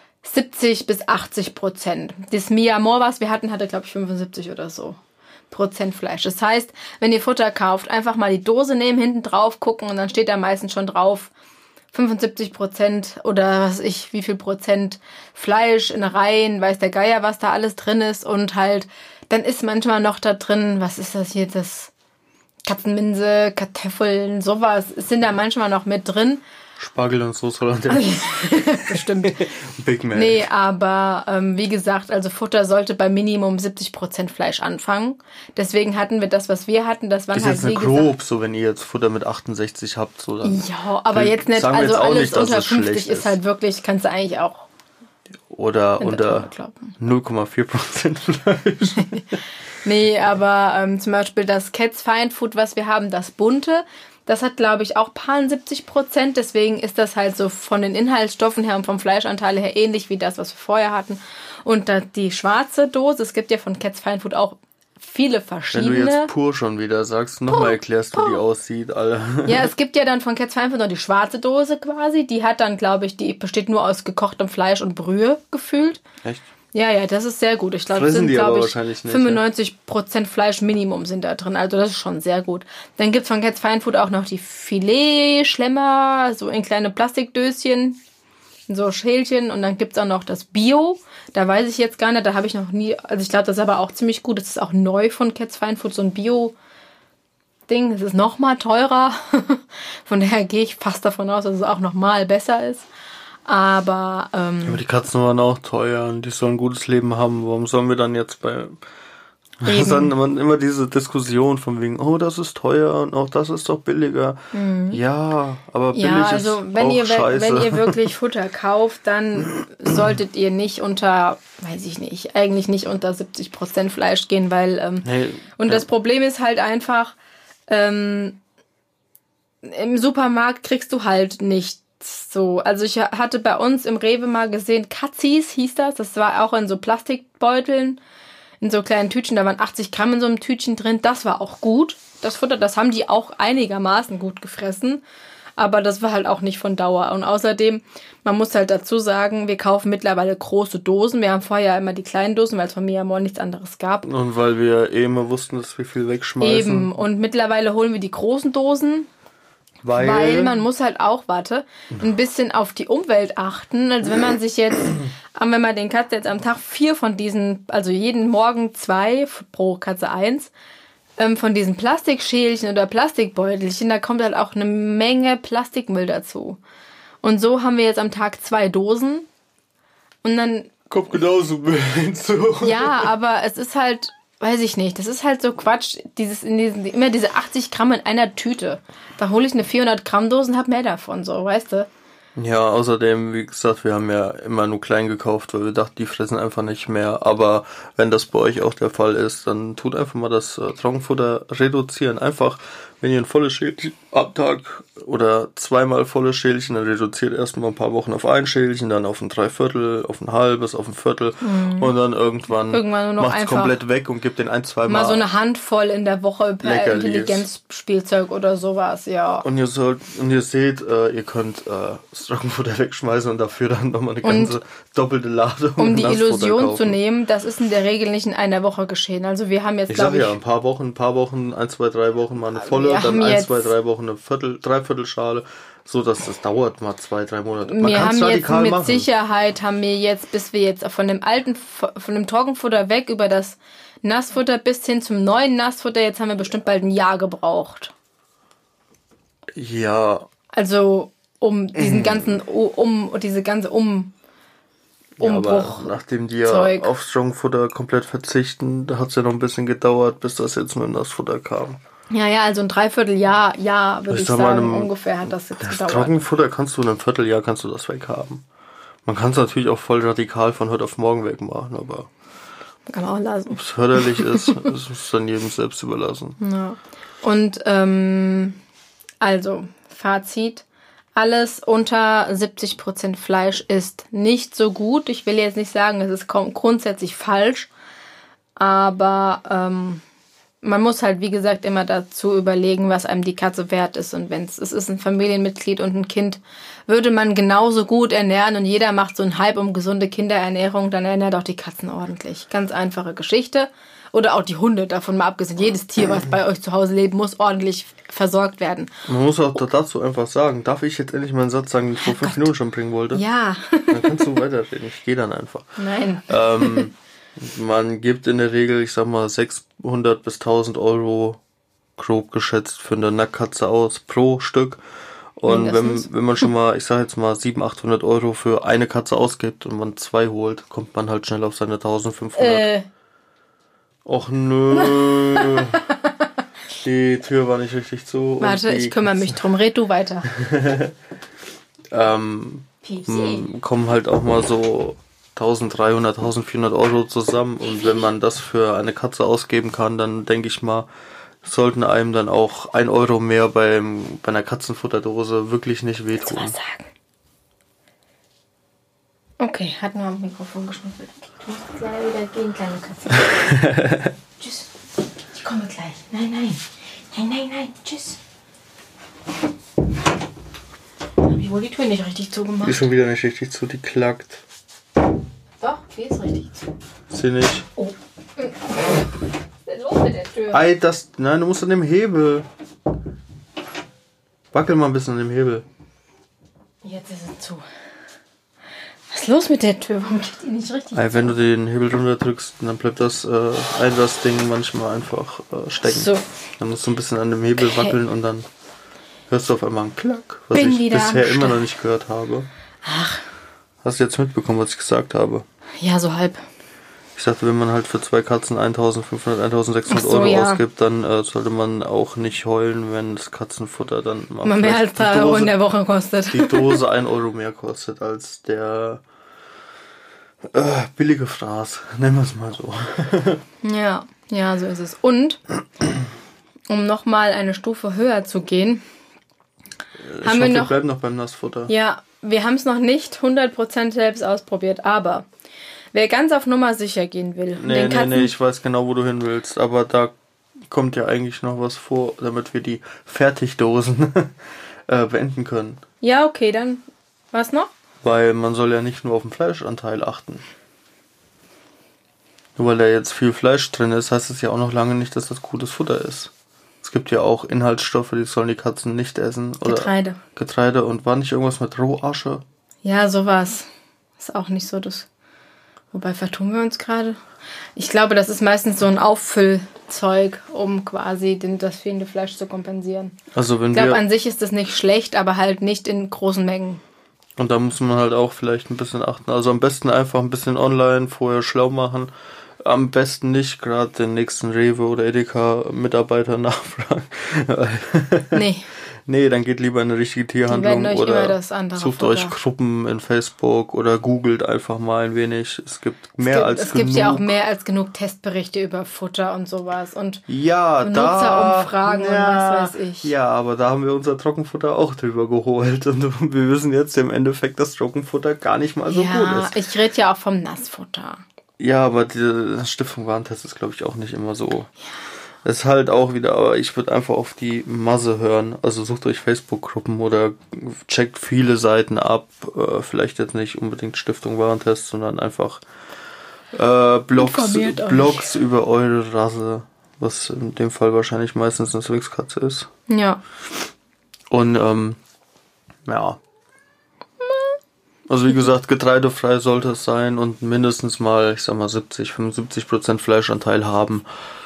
70-80%. Das Mia-Mor, was wir hatten, hatte, glaube ich, 75 oder so Prozent Fleisch. Das heißt, wenn ihr Futter kauft, einfach mal die Dose nehmen, hinten drauf gucken und dann steht da meistens schon drauf 75% oder was weiß ich, wie viel Prozent Fleisch in Reihen, weiß der Geier, was da alles drin ist und halt, dann ist manchmal noch da drin, was ist das hier, das Katzenminze, Kartoffeln, sowas, sind da manchmal noch mit drin. Spargel und Sauce Hollandaise. Bestimmt. Big Mac. Nee, aber wie gesagt, also Futter sollte bei Minimum 70% Fleisch anfangen. Deswegen hatten wir das, was wir hatten. Das waren ist halt, jetzt eine grob, so wenn ihr jetzt Futter mit 68 habt. So dann ja, aber jetzt nicht, also jetzt alles nicht, unter 50 ist halt wirklich, kannst du eigentlich auch oder unter 0,4% Fleisch. Nee, aber zum Beispiel das Cats Fine Food, was wir haben, das bunte, das hat, glaube ich, auch paar 70%. Deswegen ist das halt so von den Inhaltsstoffen her und vom Fleischanteil her ähnlich wie das, was wir vorher hatten. Und die schwarze Dose, es gibt ja von Cats Fine Food auch viele verschiedene. Wenn du jetzt pur schon wieder sagst, nochmal erklärst, wie die aussieht, alle. Ja, es gibt ja dann von Cats Fine Food noch die schwarze Dose quasi. Die hat dann, glaube ich, die besteht nur aus gekochtem Fleisch und Brühe gefühlt. Echt? Ja, das ist sehr gut. Ich glaube, es sind, glaube ich, 95% Fleisch Minimum sind da drin. Also das ist schon sehr gut. Dann gibt's von Cats Fine Food auch noch die Filet-Schlemmer, so in kleine Plastikdöschen, so Schälchen. Und dann gibt's auch noch das Bio. Da weiß ich jetzt gar nicht, da habe ich noch nie, also ich glaube, das ist aber auch ziemlich gut. Das ist auch neu von Cats Fine Food, so ein Bio-Ding. Das ist noch mal teurer. Von daher gehe ich fast davon aus, dass es auch noch mal besser ist. Aber die Katzen waren auch teuer und die sollen ein gutes Leben haben. Warum sollen wir dann jetzt dann immer diese Diskussion von wegen, oh, das ist teuer und auch das ist doch billiger. Mhm. Ja, aber billig also ist auch scheiße. Wenn ihr wirklich Futter kauft, dann solltet ihr nicht unter, weiß ich nicht, eigentlich nicht unter 70% Fleisch gehen, weil das Problem ist halt einfach, im Supermarkt kriegst du halt nicht so, also ich hatte bei uns im Rewe mal gesehen, Katzis hieß das war auch in so Plastikbeuteln, in so kleinen Tütchen, da waren 80 Gramm in so einem Tütchen drin, das war auch gut, das Futter, das haben die auch einigermaßen gut gefressen, Aber das war halt auch nicht von Dauer. Und außerdem, man muss halt dazu sagen, wir kaufen mittlerweile große Dosen. Wir haben vorher immer die kleinen Dosen, weil es von Mia-More nichts anderes gab. Und weil wir immer wussten, dass wir viel wegschmeißen. Eben. Und mittlerweile holen wir die großen Dosen. Weil man muss halt auch, ein bisschen auf die Umwelt achten. Also wenn man sich jetzt, wenn man den Katzen jetzt am Tag 4 von diesen, also jeden Morgen 2, pro Katze 1, von diesen Plastikschälchen oder Plastikbeutelchen, da kommt halt auch eine Menge Plastikmüll dazu. Und so haben wir jetzt am Tag 2 Dosen. Und dann... Kommt genauso Müll hinzu. Ja, aber es ist halt... Weiß ich nicht, das ist halt so Quatsch, immer diese 80 Gramm in einer Tüte. Da hole ich eine 400 Gramm Dose und hab mehr davon, so, weißt du? Ja, außerdem, wie gesagt, wir haben ja immer nur klein gekauft, weil wir dachten, die fressen einfach nicht mehr. Aber wenn das bei euch auch der Fall ist, dann tut einfach mal das Trockenfutter reduzieren. Einfach, wenn ihr ein volles Schälchen am Tag oder zweimal volles Schälchen, dann reduziert erstmal ein paar Wochen auf ein Schälchen, dann auf ein Dreiviertel, auf ein halbes, auf ein Viertel und dann irgendwann nur noch macht's komplett weg und gibt den ein, zwei Mal so eine Handvoll in der Woche per Intelligenzspielzeug oder sowas, ja. Und ihr seht, ihr könnt das Trockenfutter wegschmeißen und dafür dann nochmal eine ganze doppelte Ladung. Um die Illusion zu nehmen, das ist in der Regel nicht in einer Woche geschehen. Also wir haben jetzt, glaube ich... ein paar Wochen, 1, 2, 3 Wochen mal eine volle, dann 1, 2, 3 Wochen eine Dreiviertelschale, so dass das dauert mal 2, 3 Monate. Man kann es radikal machen. Mit Sicherheit haben wir jetzt, bis wir jetzt von dem Trockenfutter weg über das Nassfutter bis hin zum neuen Nassfutter, jetzt haben wir bestimmt bald ein Jahr gebraucht. Ja. Also um diesen ganzen, diese ganze Umbruch. Aber nachdem die ja auf Trockenfutter komplett verzichten, da hat es ja noch ein bisschen gedauert, bis das jetzt mit dem Nassfutter kam. Ja, also ein Dreivierteljahr, würde ich sagen, ungefähr hat das jetzt gedauert. Das Trockenfutter kannst du in einem Vierteljahr das weghaben. Man kann es natürlich auch voll radikal von heute auf morgen wegmachen, aber kann man auch lassen. Ob es förderlich ist, das ist dann jedem selbst überlassen. Ja. Und also, Fazit. Alles unter 70% Fleisch ist nicht so gut. Ich will jetzt nicht sagen, es ist grundsätzlich falsch, aber man muss halt, wie gesagt, immer dazu überlegen, was einem die Katze wert ist. Und wenn es ist ein Familienmitglied und ein Kind, würde man genauso gut ernähren und jeder macht so einen Hype um gesunde Kinderernährung, dann ernährt auch die Katzen ordentlich. Ganz einfache Geschichte. Oder auch die Hunde, davon mal abgesehen. Jedes Tier, was bei euch zu Hause lebt, muss ordentlich versorgt werden. Man muss auch dazu einfach sagen, darf ich jetzt endlich meinen Satz sagen, den ich vor 5 Minuten schon bringen wollte? Ja. Dann kannst du weiterreden. Ich gehe dann einfach. Nein. Man gibt in der Regel, ich sag mal, 600 bis 1000 Euro grob geschätzt für eine Nacktkatze aus pro Stück. Und wenn man schon mal, ich sag jetzt mal, 700, 800 Euro für eine Katze ausgibt und man 2 holt, kommt man halt schnell auf seine 1500. Och nö. Die Tür war nicht richtig zu. Warte, ich kümmere mich drum. Red du weiter. Kommen halt auch mal so 1300, 1400 Euro zusammen. Und wenn man das für eine Katze ausgeben kann, dann denke ich mal, sollten einem dann auch 1 Euro mehr bei einer Katzenfutterdose wirklich nicht wehtun. Was sagen? Okay, hat nur am Mikrofon geschnuppelt. Du musst gleich wieder gehen, kleine Katze. Tschüss. Ich komme gleich. Nein. Tschüss. Hab ich wohl die Tür nicht richtig zugemacht? Die ist schon wieder nicht richtig zu, die klackt. Doch, die ist richtig zu. Sie nicht. Oh. Was ist denn los mit der Tür? Nein, du musst an dem Hebel. Wackel mal ein bisschen an dem Hebel. Jetzt ist es zu. Was ist los mit der Tür? Warum geht die nicht richtig zu? Wenn du den Hebel runter drückst, dann bleibt das Einlassding manchmal einfach stecken. So. Dann musst du ein bisschen an dem Hebel wackeln und dann hörst du auf einmal einen Klack, was ich bisher immer noch nicht gehört habe. Ach. Hast du jetzt mitbekommen, was ich gesagt habe? Ja, so halb. Ich sagte, wenn man halt für 2 Katzen 1500, 1600 Euro ausgibt, dann sollte man auch nicht heulen, wenn das Katzenfutter dann mal mehr als 3 Euro in der Woche kostet. Die Dose 1 Euro mehr kostet als der billige Fraß. Nennen wir es mal so. Ja, so ist es. Und, um nochmal eine Stufe höher zu gehen, wir bleiben noch beim Nassfutter. Ja, wir haben es noch nicht 100% selbst ausprobiert, aber wer ganz auf Nummer sicher gehen will. Nee, ich weiß genau, wo du hin willst, aber da kommt ja eigentlich noch was vor, damit wir die Fertigdosen beenden können. Ja, okay, dann was noch? Weil man soll ja nicht nur auf den Fleischanteil achten. Nur weil da jetzt viel Fleisch drin ist, heißt es ja auch noch lange nicht, dass das gutes Futter ist. Es gibt ja auch Inhaltsstoffe, die sollen die Katzen nicht essen. Oder Getreide. Und war nicht irgendwas mit Rohasche? Ja, sowas. Ist auch nicht so das... Wobei vertun wir uns gerade? Ich glaube, das ist meistens so ein Auffüllzeug, um quasi das fehlende Fleisch zu kompensieren. Also wenn ich glaube, an sich ist das nicht schlecht, aber halt nicht in großen Mengen. Und da muss man halt auch vielleicht ein bisschen achten. Also am besten einfach ein bisschen online vorher schlau machen. Am besten nicht gerade den nächsten Rewe oder Edeka-Mitarbeiter nachfragen. Nee. Nee, dann geht lieber in eine richtige Tierhandlung oder sucht euch Gruppen in Facebook oder googelt einfach mal ein wenig. Es gibt mehr als genug. Es gibt ja auch mehr als genug Testberichte über Futter und sowas und Nutzerumfragen und was weiß ich. Ja, aber da haben wir unser Trockenfutter auch drüber geholt und wir wissen jetzt im Endeffekt, dass Trockenfutter gar nicht mal so gut ist. Ja, ich rede ja auch vom Nassfutter. Ja, aber die Stiftung Warentest ist, glaube ich, auch nicht immer so... Ja. Ist halt auch wieder, aber ich würde einfach auf die Masse hören. Also sucht euch Facebook-Gruppen oder checkt viele Seiten ab. Vielleicht jetzt nicht unbedingt Stiftung Warentest, sondern einfach Blogs über eure Rasse. Was in dem Fall wahrscheinlich meistens eine Swingskatze ist. Ja. Und ja. Also wie gesagt, getreidefrei sollte es sein und mindestens mal, ich sag mal 70-75% Fleischanteil haben.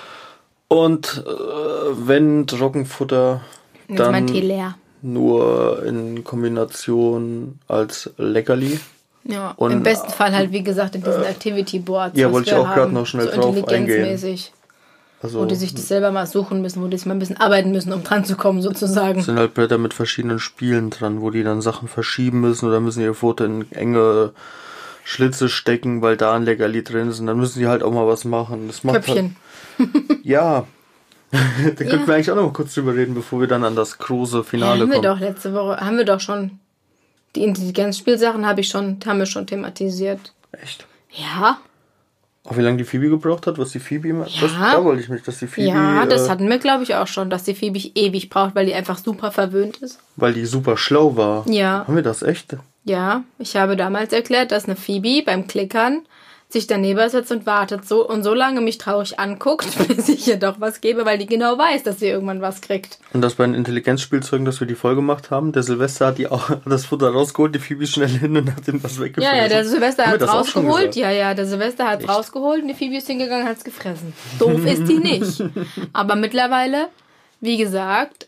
Und wenn Trockenfutter, dann nur in Kombination als Leckerli. Ja, und im besten Fall halt, wie gesagt, in diesen Activity Boards. Ja, wollte ich auch gerade noch schnell so drauf eingehen. Also, wo die sich das selber mal suchen müssen, wo die sich mal ein bisschen arbeiten müssen, um dran zu kommen, sozusagen. Es sind halt Blätter mit verschiedenen Spielen dran, wo die dann Sachen verschieben müssen oder müssen ihr Foto in enge Schlitze stecken, weil da ein Leckerli drin ist und dann müssen die halt auch mal was machen. Das macht Köpfchen. Ja. Da könnten wir eigentlich auch noch mal kurz drüber reden, bevor wir dann an das große Finale kommen. Letzte Woche haben wir doch schon die Intelligenzspielsachen haben wir schon thematisiert. Echt? Ja. Auch wie lange die Phoebe gebraucht hat, was die Phoebe immer... Ja. Da wollte ich mich, dass die Phoebe... Ja, das hatten wir, glaube ich, auch schon, dass die Phoebe ewig braucht, weil die einfach super verwöhnt ist. Weil die super schlau war. Ja. Haben wir das echt? Ja, ich habe damals erklärt, dass eine Phoebe beim Klickern sich daneben setzt und wartet so lange mich traurig anguckt, bis ich ihr doch was gebe, weil die genau weiß, dass sie irgendwann was kriegt. Und das bei den Intelligenzspielzeugen, dass wir die voll gemacht haben, der Silvester hat das Futter rausgeholt, die Phoebe schnell hin und hat ihm was weggefressen. Ja, der Silvester hat es rausgeholt. Ja, der Silvester hat es rausgeholt und die Phoebe ist hingegangen und hat es gefressen. Doof ist die nicht. Aber mittlerweile, wie gesagt,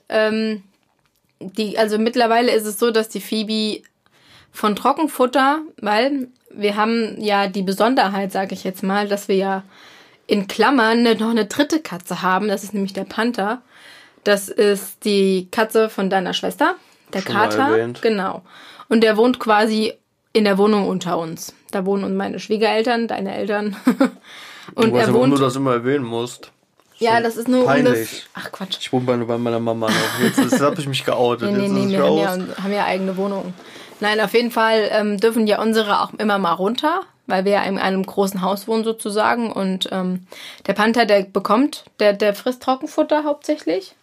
mittlerweile ist es so, dass die Phoebe von Trockenfutter, weil wir haben ja die Besonderheit, sage ich jetzt mal, dass wir ja in Klammern noch eine dritte Katze haben. Das ist nämlich der Panther. Das ist die Katze von deiner Schwester, der Kater. Genau. Und der wohnt quasi in der Wohnung unter uns. Da wohnen meine Schwiegereltern, deine Eltern. Und du weißt ja, warum du das immer erwähnen musst. Ja, das ist nur peinlich. Ach Quatsch. Ich wohne bei meiner Mama noch. Jetzt habe ich mich geoutet. Nee, wir haben ja eigene Wohnungen. Nein, auf jeden Fall dürfen ja unsere auch immer mal runter, weil wir ja in einem großen Haus wohnen sozusagen. Und der Panther, der frisst Trockenfutter hauptsächlich.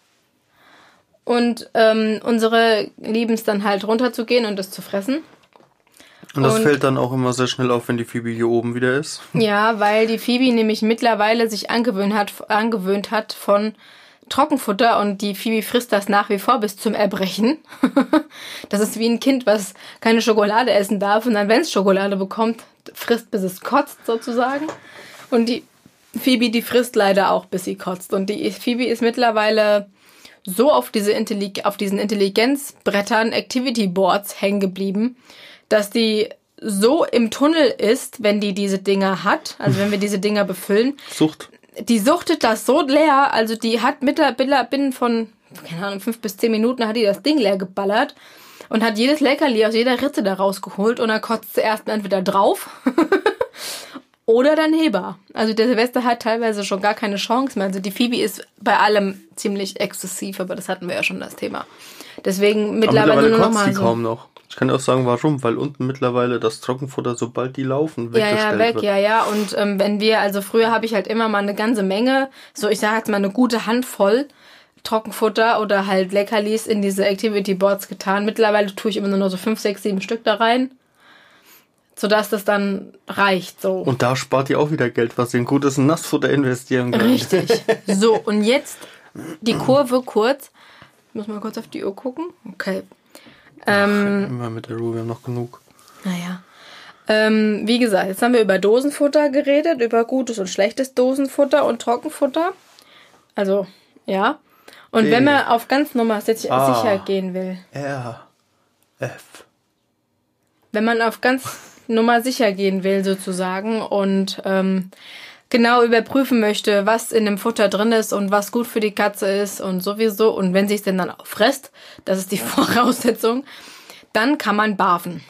Und unsere lieben es dann halt runterzugehen und das zu fressen. Und das fällt dann auch immer sehr schnell auf, wenn die Phoebe hier oben wieder ist. Ja, weil die Phoebe nämlich mittlerweile sich angewöhnt hat von Trockenfutter und die Phoebe frisst das nach wie vor bis zum Erbrechen. Das ist wie ein Kind, was keine Schokolade essen darf und dann, wenn es Schokolade bekommt, frisst, bis es kotzt sozusagen. Und die Phoebe, die frisst leider auch, bis sie kotzt. Und die Phoebe ist mittlerweile so auf diesen Intelligenzbrettern, Activity Boards hängen geblieben, dass die so im Tunnel ist, wenn die diese Dinger hat, also wenn wir diese Dinger befüllen. Die suchtet das so leer, also die hat binnen von, keine Ahnung, 5 bis 10 Minuten hat die das Ding leer geballert und hat jedes Leckerli aus jeder Ritze da rausgeholt und dann kotzt sie erst entweder drauf oder dann Heber. Also der Silvester hat teilweise schon gar keine Chance mehr. Also die Phoebe ist bei allem ziemlich exzessiv, aber das hatten wir ja schon das Thema. Deswegen mittlerweile nur noch mal so. Kaum noch. Ich kann dir auch sagen, warum, weil unten mittlerweile das Trockenfutter, sobald die laufen, weggestellt wird. Ja. Und wenn wir, also früher habe ich halt immer mal eine ganze Menge, so ich sage jetzt mal eine gute Handvoll Trockenfutter oder halt Leckerlis in diese Activity Boards getan. Mittlerweile tue ich immer nur so 5, 6, 7 Stück da rein, sodass das dann reicht. So. Und da spart ihr auch wieder Geld, was ihr in gutes Nassfutter investieren könnt. Richtig. So, und jetzt die Kurve kurz. Ich muss mal kurz auf die Uhr gucken. Okay. Immer mit der Ruhe, wir haben noch genug. Naja. Wie gesagt, jetzt haben wir über Dosenfutter geredet, über gutes und schlechtes Dosenfutter und Trockenfutter. Also, ja. Und B. wenn man auf ganz normal sicher gehen will. R. F. Wenn man auf ganz Nummer sicher gehen will, sozusagen, und genau überprüfen möchte, was in dem Futter drin ist und was gut für die Katze ist und sowieso, und wenn sie es denn dann auch frisst, das ist die Voraussetzung, dann kann man barfen.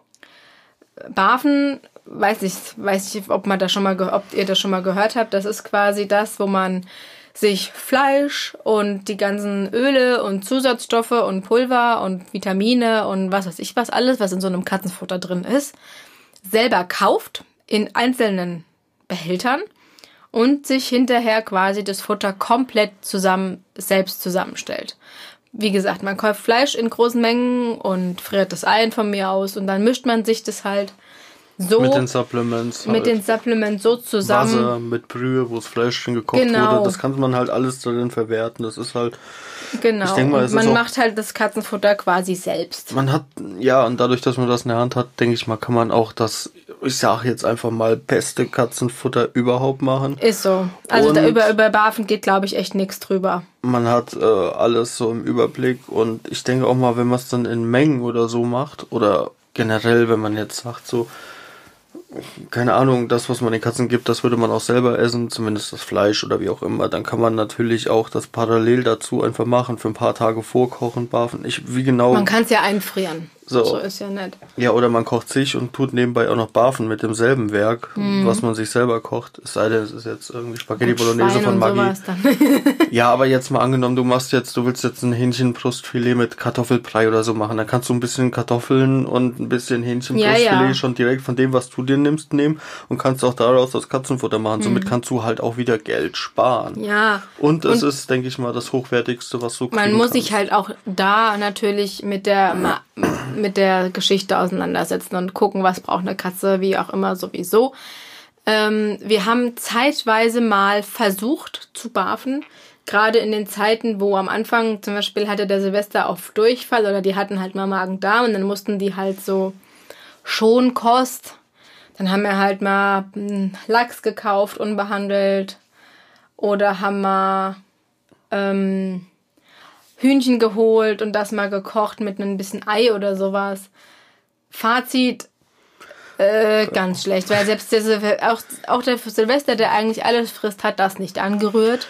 Barfen, weiß ich, ob ihr das schon mal gehört habt, das ist quasi das, wo man sich Fleisch und die ganzen Öle und Zusatzstoffe und Pulver und Vitamine und was weiß ich was, alles, was in so einem Katzenfutter drin ist, selber kauft in einzelnen Behältern und sich hinterher quasi das Futter komplett selbst zusammenstellt. Wie gesagt, man kauft Fleisch in großen Mengen und friert das ein von mir aus und dann mischt man sich das halt so mit den Supplements. Mit den Supplements so zusammen. Wasser mit Brühe, wo das Fleisch schon gekocht wurde. Das kann man halt alles darin verwerten. Das ist halt... Genau, ich denk mal, man macht halt das Katzenfutter quasi selbst. Man hat, ja, und dadurch, dass man das in der Hand hat, denke ich mal, kann man auch das, ich sage jetzt einfach mal, beste Katzenfutter überhaupt machen. Ist so. Also da über Barfen geht, glaube ich, echt nichts drüber. Man hat alles so im Überblick und ich denke auch mal, wenn man es dann in Mengen oder so macht oder generell, wenn man jetzt sagt so, keine Ahnung, das, was man den Katzen gibt, das würde man auch selber essen, zumindest das Fleisch oder wie auch immer. Dann kann man natürlich auch das parallel dazu einfach machen, für ein paar Tage vorkochen, barfen. Wie genau... Man kann es ja einfrieren. So ist ja nett. Ja, oder man kocht sich und tut nebenbei auch noch barfen mit demselben Werk, was man sich selber kocht. Es sei denn, es ist jetzt irgendwie Spaghetti Bolognese von Maggi. Ja, aber jetzt mal angenommen, du willst jetzt ein Hähnchenbrustfilet mit Kartoffelbrei oder so machen. Dann kannst du ein bisschen Kartoffeln und ein bisschen Hähnchenbrustfilet schon direkt von dem, was du dir nimmst, nehmen und kannst auch daraus das Katzenfutter machen. Somit kannst du halt auch wieder Geld sparen. Ja. Und es ist, denke ich mal, das Hochwertigste, was du kriegen kannst. Man muss kannst. sich halt auch da natürlich mit der Geschichte auseinandersetzen und gucken, was braucht eine Katze, wie auch immer sowieso. Wir haben zeitweise mal versucht zu barfen, gerade in den Zeiten, wo am Anfang zum Beispiel hatte der Silvester auf Durchfall oder die hatten halt mal Magen-Darm und dann mussten die halt so Schonkost. Dann haben wir halt mal Lachs gekauft, unbehandelt, oder haben wir Hühnchen geholt und das mal gekocht mit ein bisschen Ei oder sowas. Fazit, ganz schlecht, weil selbst auch der Silvester, der eigentlich alles frisst, hat das nicht angerührt.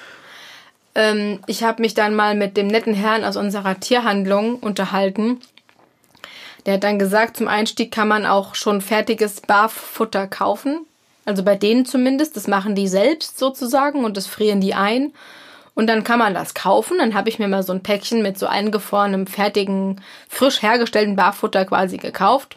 Ich habe mich dann mal mit dem netten Herrn aus unserer Tierhandlung unterhalten. Der hat dann gesagt, zum Einstieg kann man auch schon fertiges Barfutter kaufen. Also bei denen zumindest. Das machen die selbst sozusagen und das frieren die ein. Und dann kann man das kaufen. Dann habe ich mir mal so ein Päckchen mit so eingefrorenem, fertigen, frisch hergestellten Barfutter quasi gekauft.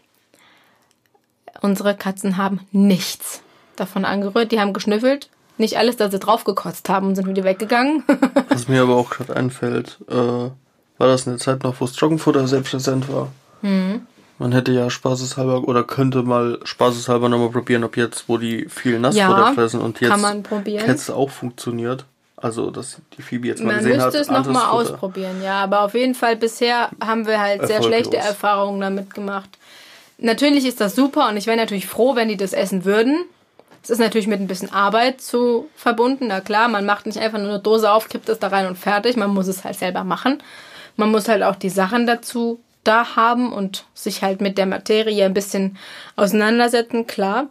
Unsere Katzen haben nichts davon angerührt. Die haben geschnüffelt. Nicht alles, da sie drauf gekotzt haben und sind wieder weggegangen. Was mir aber auch gerade einfällt, war das eine Zeit noch, wo das Trockenfutter selbstverständlich war. Man hätte ja spaßeshalber oder könnte mal spaßeshalber nochmal probieren, ob jetzt, wo die viel Nassfutter fressen und jetzt Kätze auch funktioniert. Also, dass die Phoebe jetzt mal gesehen hat. Man müsste es nochmal ausprobieren, ja. Aber auf jeden Fall, bisher haben wir halt sehr schlechte Erfahrungen damit gemacht. Natürlich ist das super und ich wäre natürlich froh, wenn die das essen würden. Es ist natürlich mit ein bisschen Arbeit verbunden. Na klar, man macht nicht einfach nur eine Dose auf, kippt es da rein und fertig. Man muss es halt selber machen. Man muss halt auch die Sachen dazu da haben und sich halt mit der Materie ein bisschen auseinandersetzen, klar.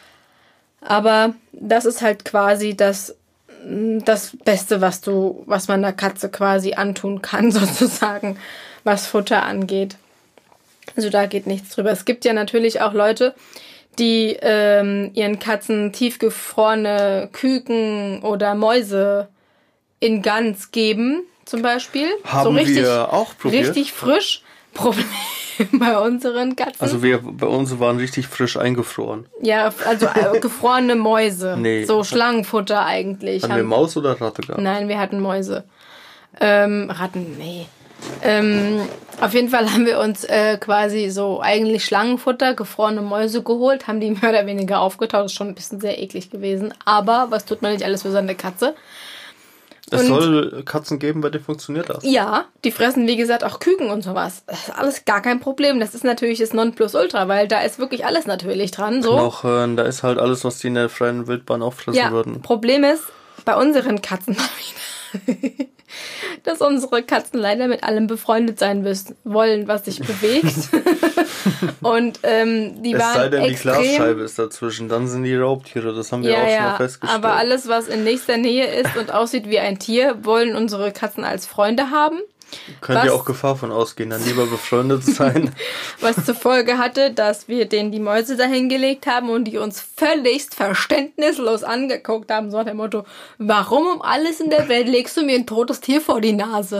Aber das ist halt quasi das Beste, was man der Katze quasi antun kann, sozusagen, was Futter angeht. Also da geht nichts drüber. Es gibt ja natürlich auch Leute, die ihren Katzen tiefgefrorene Küken oder Mäuse in Gans geben, zum Beispiel. Haben so richtig, wir auch probiert. Richtig frisch. Problem bei unseren Katzen. Also bei uns waren richtig frisch eingefroren. Ja, also gefrorene Mäuse. Nee. So Schlangenfutter eigentlich. Haben wir Maus oder Ratte gehabt? Nein, wir hatten Mäuse. Ratten, nee. Auf jeden Fall haben wir uns quasi so eigentlich Schlangenfutter, gefrorene Mäuse geholt, haben die mehr oder weniger aufgetaut. Das ist schon ein bisschen sehr eklig gewesen. Aber was tut man nicht alles für seine Katze? Es soll Katzen geben, bei denen funktioniert das. Ja, die fressen, wie gesagt, auch Küken und sowas. Das ist alles gar kein Problem. Das ist natürlich das Nonplusultra, weil da ist wirklich alles natürlich dran. So. Da ist halt alles, was die in der freien Wildbahn auch fressen würden. Problem ist, bei unseren Katzen dass unsere Katzen leider mit allem befreundet sein wollen, was sich bewegt. Und die waren sei denn, extrem, die Glasscheibe ist dazwischen, dann sind die Raubtiere, das haben wir auch schon mal festgestellt. Aber alles, was in nächster Nähe ist und aussieht wie ein Tier, wollen unsere Katzen als Freunde haben. Könnt ihr auch Gefahr von ausgehen, dann lieber befreundet sein. Was zur Folge hatte, dass wir denen die Mäuse dahingelegt haben und die uns völligst verständnislos angeguckt haben, so nach dem Motto, warum um alles in der Welt legst du mir ein totes Tier vor die Nase?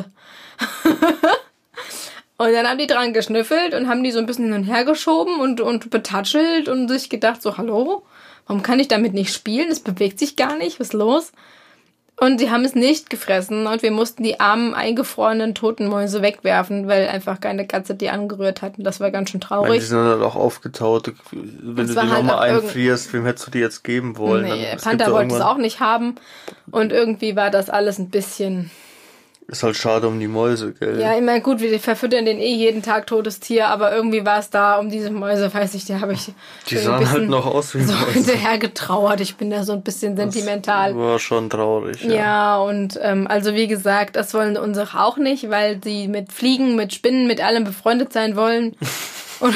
Und dann haben die dran geschnüffelt und haben die so ein bisschen hin und her geschoben und betatschelt und sich gedacht, so, hallo, warum kann ich damit nicht spielen? Es bewegt sich gar nicht, was ist los? Und sie haben es nicht gefressen und wir mussten die armen, eingefrorenen, toten Mäuse wegwerfen, weil einfach keine Katze die angerührt hat. Und das war ganz schön traurig. Die sind halt auch aufgetaut. Wenn du die halt nochmal einfrierst, wem hättest du die jetzt geben wollen? Nee, Panther wollte es auch nicht haben. Und irgendwie war das alles ein bisschen... Ist halt schade um die Mäuse, gell? Ja, ich meine, gut, wir verfüttern den jeden Tag totes Tier, aber irgendwie war es da um diese Mäuse, weiß ich, die habe ich die sahen halt noch aus wie so Mäuse. hinterher getrauert. Ich bin da so ein bisschen sentimental. Das war schon traurig, ja. Ja, und also wie gesagt, das wollen unsere auch nicht, weil sie mit Fliegen, mit Spinnen, mit allem befreundet sein wollen. Und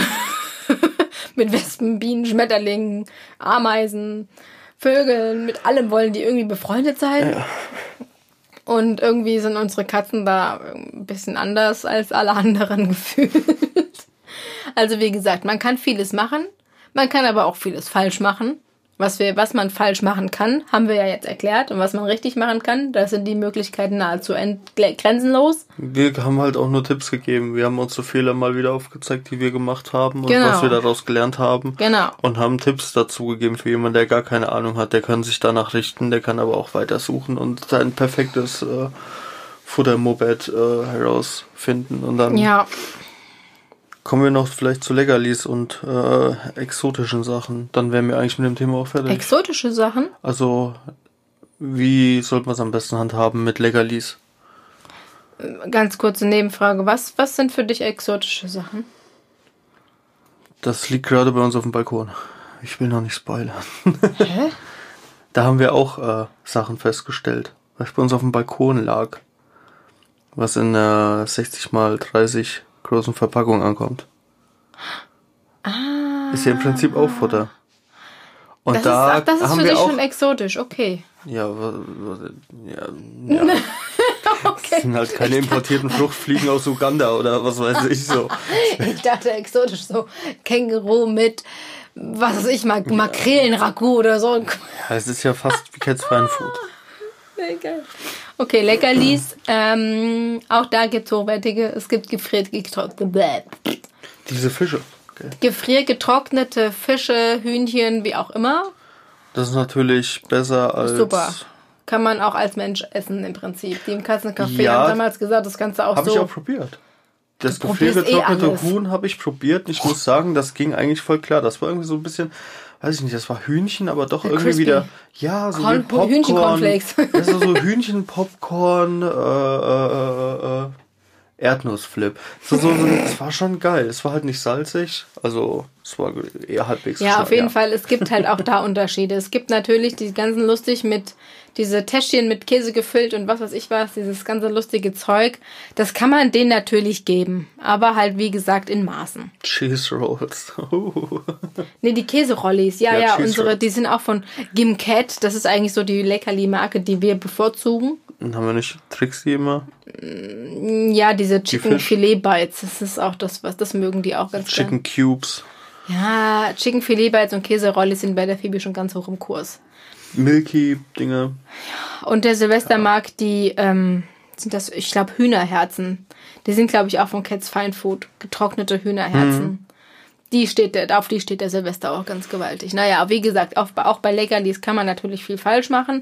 mit Wespen, Bienen, Schmetterlingen, Ameisen, Vögeln, mit allem wollen die irgendwie befreundet sein. Ja. Und irgendwie sind unsere Katzen da ein bisschen anders als alle anderen gefühlt. Also wie gesagt, man kann vieles machen, man kann aber auch vieles falsch machen. Was man falsch machen kann, haben wir ja jetzt erklärt. Und was man richtig machen kann, das sind die Möglichkeiten nahezu grenzenlos. Wir haben halt auch nur Tipps gegeben. Wir haben uns so Fehler mal wieder aufgezeigt, die wir gemacht haben und was wir daraus gelernt haben. Genau. Und haben Tipps dazu gegeben für jemanden, der gar keine Ahnung hat. Der kann sich danach richten, der kann aber auch weiter suchen und sein perfektes Futtermoped herausfinden. Und dann kommen wir noch vielleicht zu Leckerlis und exotischen Sachen. Dann wären wir eigentlich mit dem Thema auch fertig. Exotische Sachen? Also, wie sollte man es am besten handhaben mit Leckerlis? Ganz kurze Nebenfrage. Was sind für dich exotische Sachen? Das liegt gerade bei uns auf dem Balkon. Ich will noch nicht spoilern. Hä? Da haben wir auch Sachen festgestellt, was bei uns auf dem Balkon lag. Was in 60x30 großen Verpackung ankommt. Ist ja im Prinzip auch Futter. Und das ist für dich schon exotisch, okay. Ja. Okay. Das sind halt keine importierten Fruchtfliegen aus Uganda oder was weiß ich so. Ich dachte exotisch so Känguru mit, was weiß ich, Makrelen-Ragout oder so. Ja, es ist ja fast wie Cats Fine Food. Geil. Okay, Leckerlis. Auch da gibt es hochwertige. Es gibt gefriergetrocknete Fische. Okay. Gefriergetrocknete Fische, Hühnchen, wie auch immer. Das ist natürlich besser als... Super. Kann man auch als Mensch essen im Prinzip. Die im Katzencafé haben damals gesagt, das kannst du auch so... Habe ich auch probiert. Das gefriergetrocknete Huhn habe ich probiert. Ich muss sagen, das ging eigentlich voll klar. Das war irgendwie so ein bisschen... Weiß ich nicht, das war Hühnchen, aber doch irgendwie crispy. Wieder, ja, so wie Popcorn. Hühnchen-Cornflakes. Das ist so Hühnchen-Popcorn, Erdnussflip. Das war schon geil. Es war halt nicht salzig, also es war eher halbwegs. Ja, auf jeden Fall, es gibt halt auch da Unterschiede. Es gibt natürlich die ganzen lustig mit diese Täschchen mit Käse gefüllt und was weiß ich was, dieses ganze lustige Zeug. Das kann man denen natürlich geben, aber halt wie gesagt in Maßen. Cheese Rolls. Nee, die Käserollis. Ja, unsere, die sind auch von Gimcat. Das ist eigentlich so die Leckerli-Marke, die wir bevorzugen. Haben wir nicht Trixie immer? Ja, diese Chicken Filet Bites. Das ist auch das mögen die auch ganz Chicken Cubes. Ja, Chicken Filet Bites und Käserollis sind bei der Phoebe schon ganz hoch im Kurs. Milky-Dinge. Und der Silvestermarkt, die sind das, ich glaube, Hühnerherzen. Die sind, glaube ich, auch von Cats Fine Food. Getrocknete Hühnerherzen. Auf die steht der Silvester auch ganz gewaltig. Naja, wie gesagt, auch bei Leckerlis kann man natürlich viel falsch machen.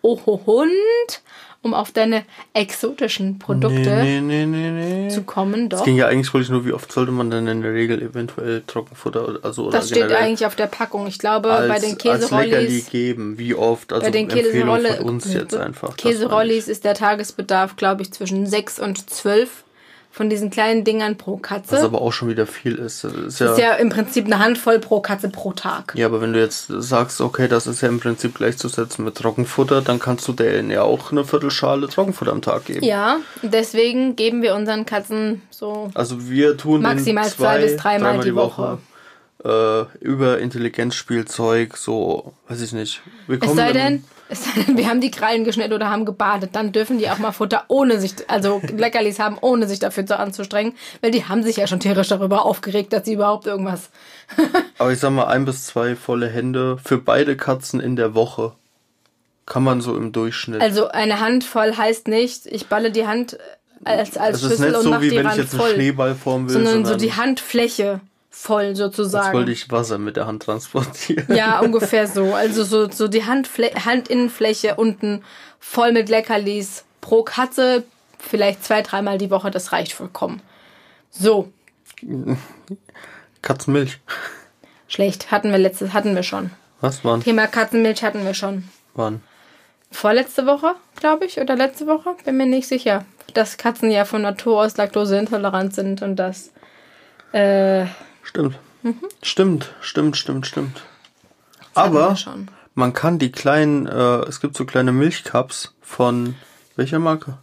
Und um auf deine exotischen Produkte zu kommen, doch. Es ging ja eigentlich wirklich nur, wie oft sollte man dann in der Regel eventuell Trockenfutter oder das steht eigentlich auf der Packung. Ich glaube, bei den Käserollis... Als Leckerli geben, wie oft, also bei den Empfehlung von uns jetzt einfach. Käserollis ist der Tagesbedarf, glaube ich, zwischen 6 und 12 von diesen kleinen Dingern pro Katze. Was aber auch schon wieder viel ist. Das ist ja im Prinzip eine Handvoll pro Katze pro Tag. Ja, aber wenn du jetzt sagst, okay, das ist ja im Prinzip gleichzusetzen mit Trockenfutter, dann kannst du denen ja auch eine Viertelschale Trockenfutter am Tag geben. Ja, deswegen geben wir unseren Katzen so also wir tun maximal 2 bis 3 Mal die Woche. Über Intelligenzspielzeug, so, weiß ich nicht. Es sei denn, wir haben die Krallen geschnitten oder haben gebadet, dann dürfen die auch mal Futter also Leckerlis haben, ohne sich dafür so anzustrengen, weil die haben sich ja schon tierisch darüber aufgeregt, dass sie überhaupt irgendwas... Aber ich sag mal, 1 bis 2 volle Hände für beide Katzen in der Woche kann man so im Durchschnitt. Also eine Handvoll heißt nicht, ich balle die Hand als Schüssel und mache die Rand voll. Das ist nicht so, wie wenn ich jetzt einen Schneeball formen will, sondern so die Handfläche voll sozusagen. Jetzt wollte ich Wasser mit der Hand transportieren. Ja, ungefähr so. Also so die Handinnenfläche unten voll mit Leckerlis pro Katze, vielleicht 2-3 Mal die Woche, das reicht vollkommen. So. Katzenmilch. Schlecht, hatten wir schon. Was, wann? Thema Katzenmilch hatten wir schon. Wann? Vorletzte Woche, glaube ich, oder letzte Woche, bin mir nicht sicher. Dass Katzen ja von Natur aus laktoseintolerant sind und das Stimmt. Stimmt. Aber man kann die kleinen, es gibt so kleine Milchcups von welcher Marke?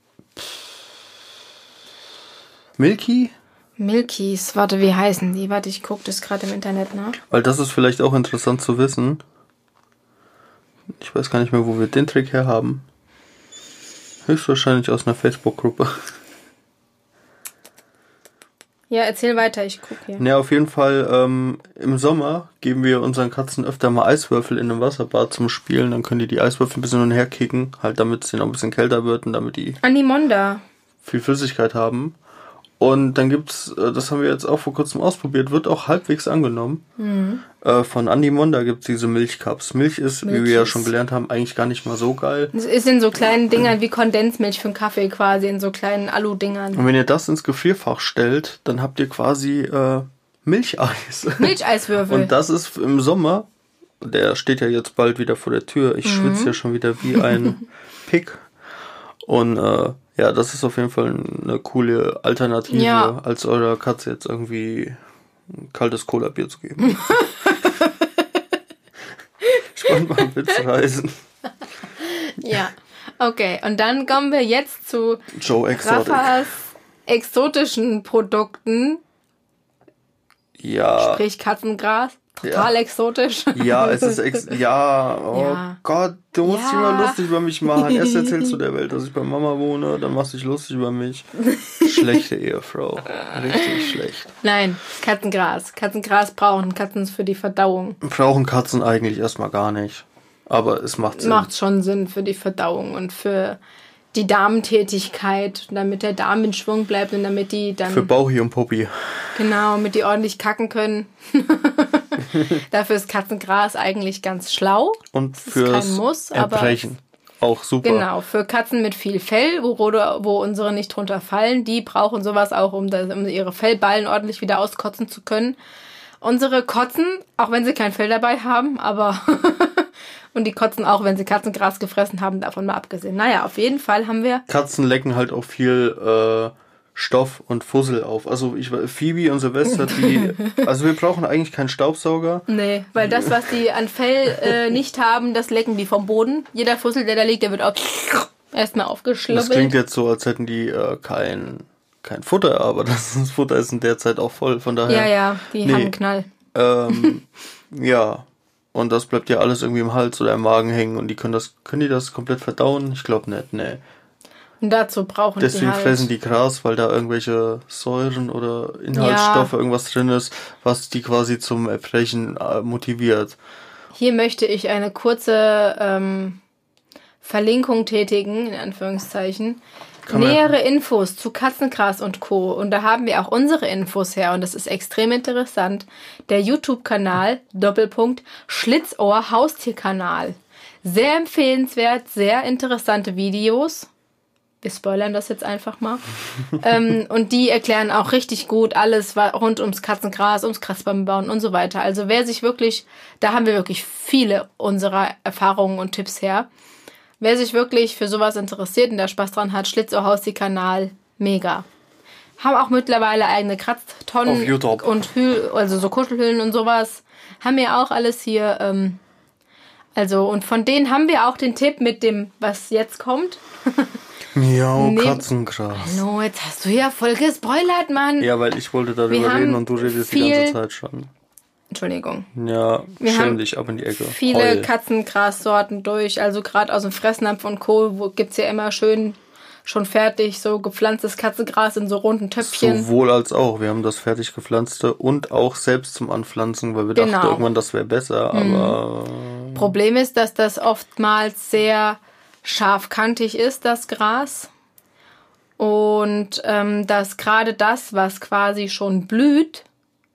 Milkys, warte, wie heißen die? Warte, ich gucke das gerade im Internet nach. Weil das ist vielleicht auch interessant zu wissen. Ich weiß gar nicht mehr, wo wir den Trick her haben. Höchstwahrscheinlich aus einer Facebook-Gruppe. Ja, erzähl weiter, ich gucke hier. Ja, auf jeden Fall, im Sommer geben wir unseren Katzen öfter mal Eiswürfel in einem Wasserbad zum Spielen. Dann können die Eiswürfel ein bisschen hin und her kicken, halt damit es denen auch ein bisschen kälter wird und damit die Animonda viel Flüssigkeit haben. Und dann gibt's, das haben wir jetzt auch vor kurzem ausprobiert, wird auch halbwegs angenommen. Von Animonda gibt's diese Milchcups. Milch ist, wie wir ja schon gelernt haben, eigentlich gar nicht mal so geil. Es ist in so kleinen Dingern wie Kondensmilch für einen Kaffee quasi, in so kleinen Alu-Dingern. Und wenn ihr das ins Gefrierfach stellt, dann habt ihr quasi Milcheis. Milcheiswürfel. Und das ist im Sommer, der steht ja jetzt bald wieder vor der Tür. Ich schwitze ja schon wieder wie ein Pick. Und ja, das ist auf jeden Fall eine coole Alternative, als eurer Katze jetzt irgendwie ein kaltes Cola-Bier zu geben. Ich wollte mal einen Witz reißen. Ja, okay. Und dann kommen wir jetzt zu Joe Exotic. Raffas exotischen Produkten. Ja. Sprich Katzengras. Total exotisch. Ja, es ist Gott, du musst dich mal lustig über mich machen. Erst erzählst du der Welt, dass ich bei Mama wohne, dann machst du dich lustig über mich. Schlechte Ehefrau. Richtig schlecht. Nein, Katzengras. Katzengras brauchen Katzen für die Verdauung. Brauchen Katzen eigentlich erstmal gar nicht. Aber es macht Sinn. Macht schon Sinn für die Verdauung und für die Darmtätigkeit, damit der Darm in Schwung bleibt und damit die dann... Für Bauchi und Popi. Genau, damit die ordentlich kacken können. Dafür ist Katzengras eigentlich ganz schlau. Und fürs Erbrechen auch super. Genau, für Katzen mit viel Fell, wo unsere nicht drunter fallen, die brauchen sowas auch, um ihre Fellballen ordentlich wieder auskotzen zu können. Unsere kotzen, auch wenn sie kein Fell dabei haben, aber... Und die kotzen auch, wenn sie Katzengras gefressen haben, davon mal abgesehen. Naja, auf jeden Fall haben wir... Katzen lecken halt auch viel Stoff und Fussel auf. Also Phoebe und Silvester, also wir brauchen eigentlich keinen Staubsauger. Nee, weil das, was die an Fell nicht haben, das lecken die vom Boden. Jeder Fussel, der da liegt, der wird auch erstmal aufgeschlubbelt. Das klingt jetzt so, als hätten die kein Futter, aber das Futter ist in der Zeit auch voll, von daher... Ja, die haben einen Knall. Ja... Und das bleibt ja alles irgendwie im Hals oder im Magen hängen und können die das komplett verdauen? Ich glaube nicht, nee. Und dazu brauchen Deswegen die halt... fressen die Gras, weil da irgendwelche Säuren oder Inhaltsstoffe, irgendwas drin ist, was die quasi zum Erbrechen motiviert. Hier möchte ich eine kurze Verlinkung tätigen, in Anführungszeichen. Nähere Infos zu Katzengras und Co. Und da haben wir auch unsere Infos her und das ist extrem interessant. Der YouTube-Kanal, _Schlitzohr Haustierkanal. Sehr empfehlenswert, sehr interessante Videos. Wir spoilern das jetzt einfach mal. Und die erklären auch richtig gut alles rund ums Katzengras, ums Grasbaumbauen und so weiter. Also wer sich wirklich, da haben wir wirklich viele unserer Erfahrungen und Tipps her. Wer sich wirklich für sowas interessiert und da Spaß dran hat, Schlitzohr-Hausti-Kanal, mega. Haben auch mittlerweile eigene Kratztonnen auf YouTube. Und also so Kuschelhüllen und sowas. Haben wir auch alles hier. Also, und von denen haben wir auch den Tipp mit dem, was jetzt kommt. Miau, Katzengras. Hallo, jetzt hast du ja voll gespoilert, Mann. Ja, weil ich wollte darüber reden und du redest die ganze Zeit schon. Entschuldigung. Ja, schäm dich ab in die Ecke. Viele Katzengrassorten durch, also gerade aus dem Fressnapf und Co. Gibt's ja immer schön schon fertig, so gepflanztes Katzengras in so runden Töpfchen. Sowohl als auch. Wir haben das fertig gepflanzte und auch selbst zum Anpflanzen, weil wir dachten irgendwann, das wäre besser, aber... Problem ist, dass das oftmals sehr scharfkantig ist, das Gras. Und dass gerade das, was quasi schon blüht,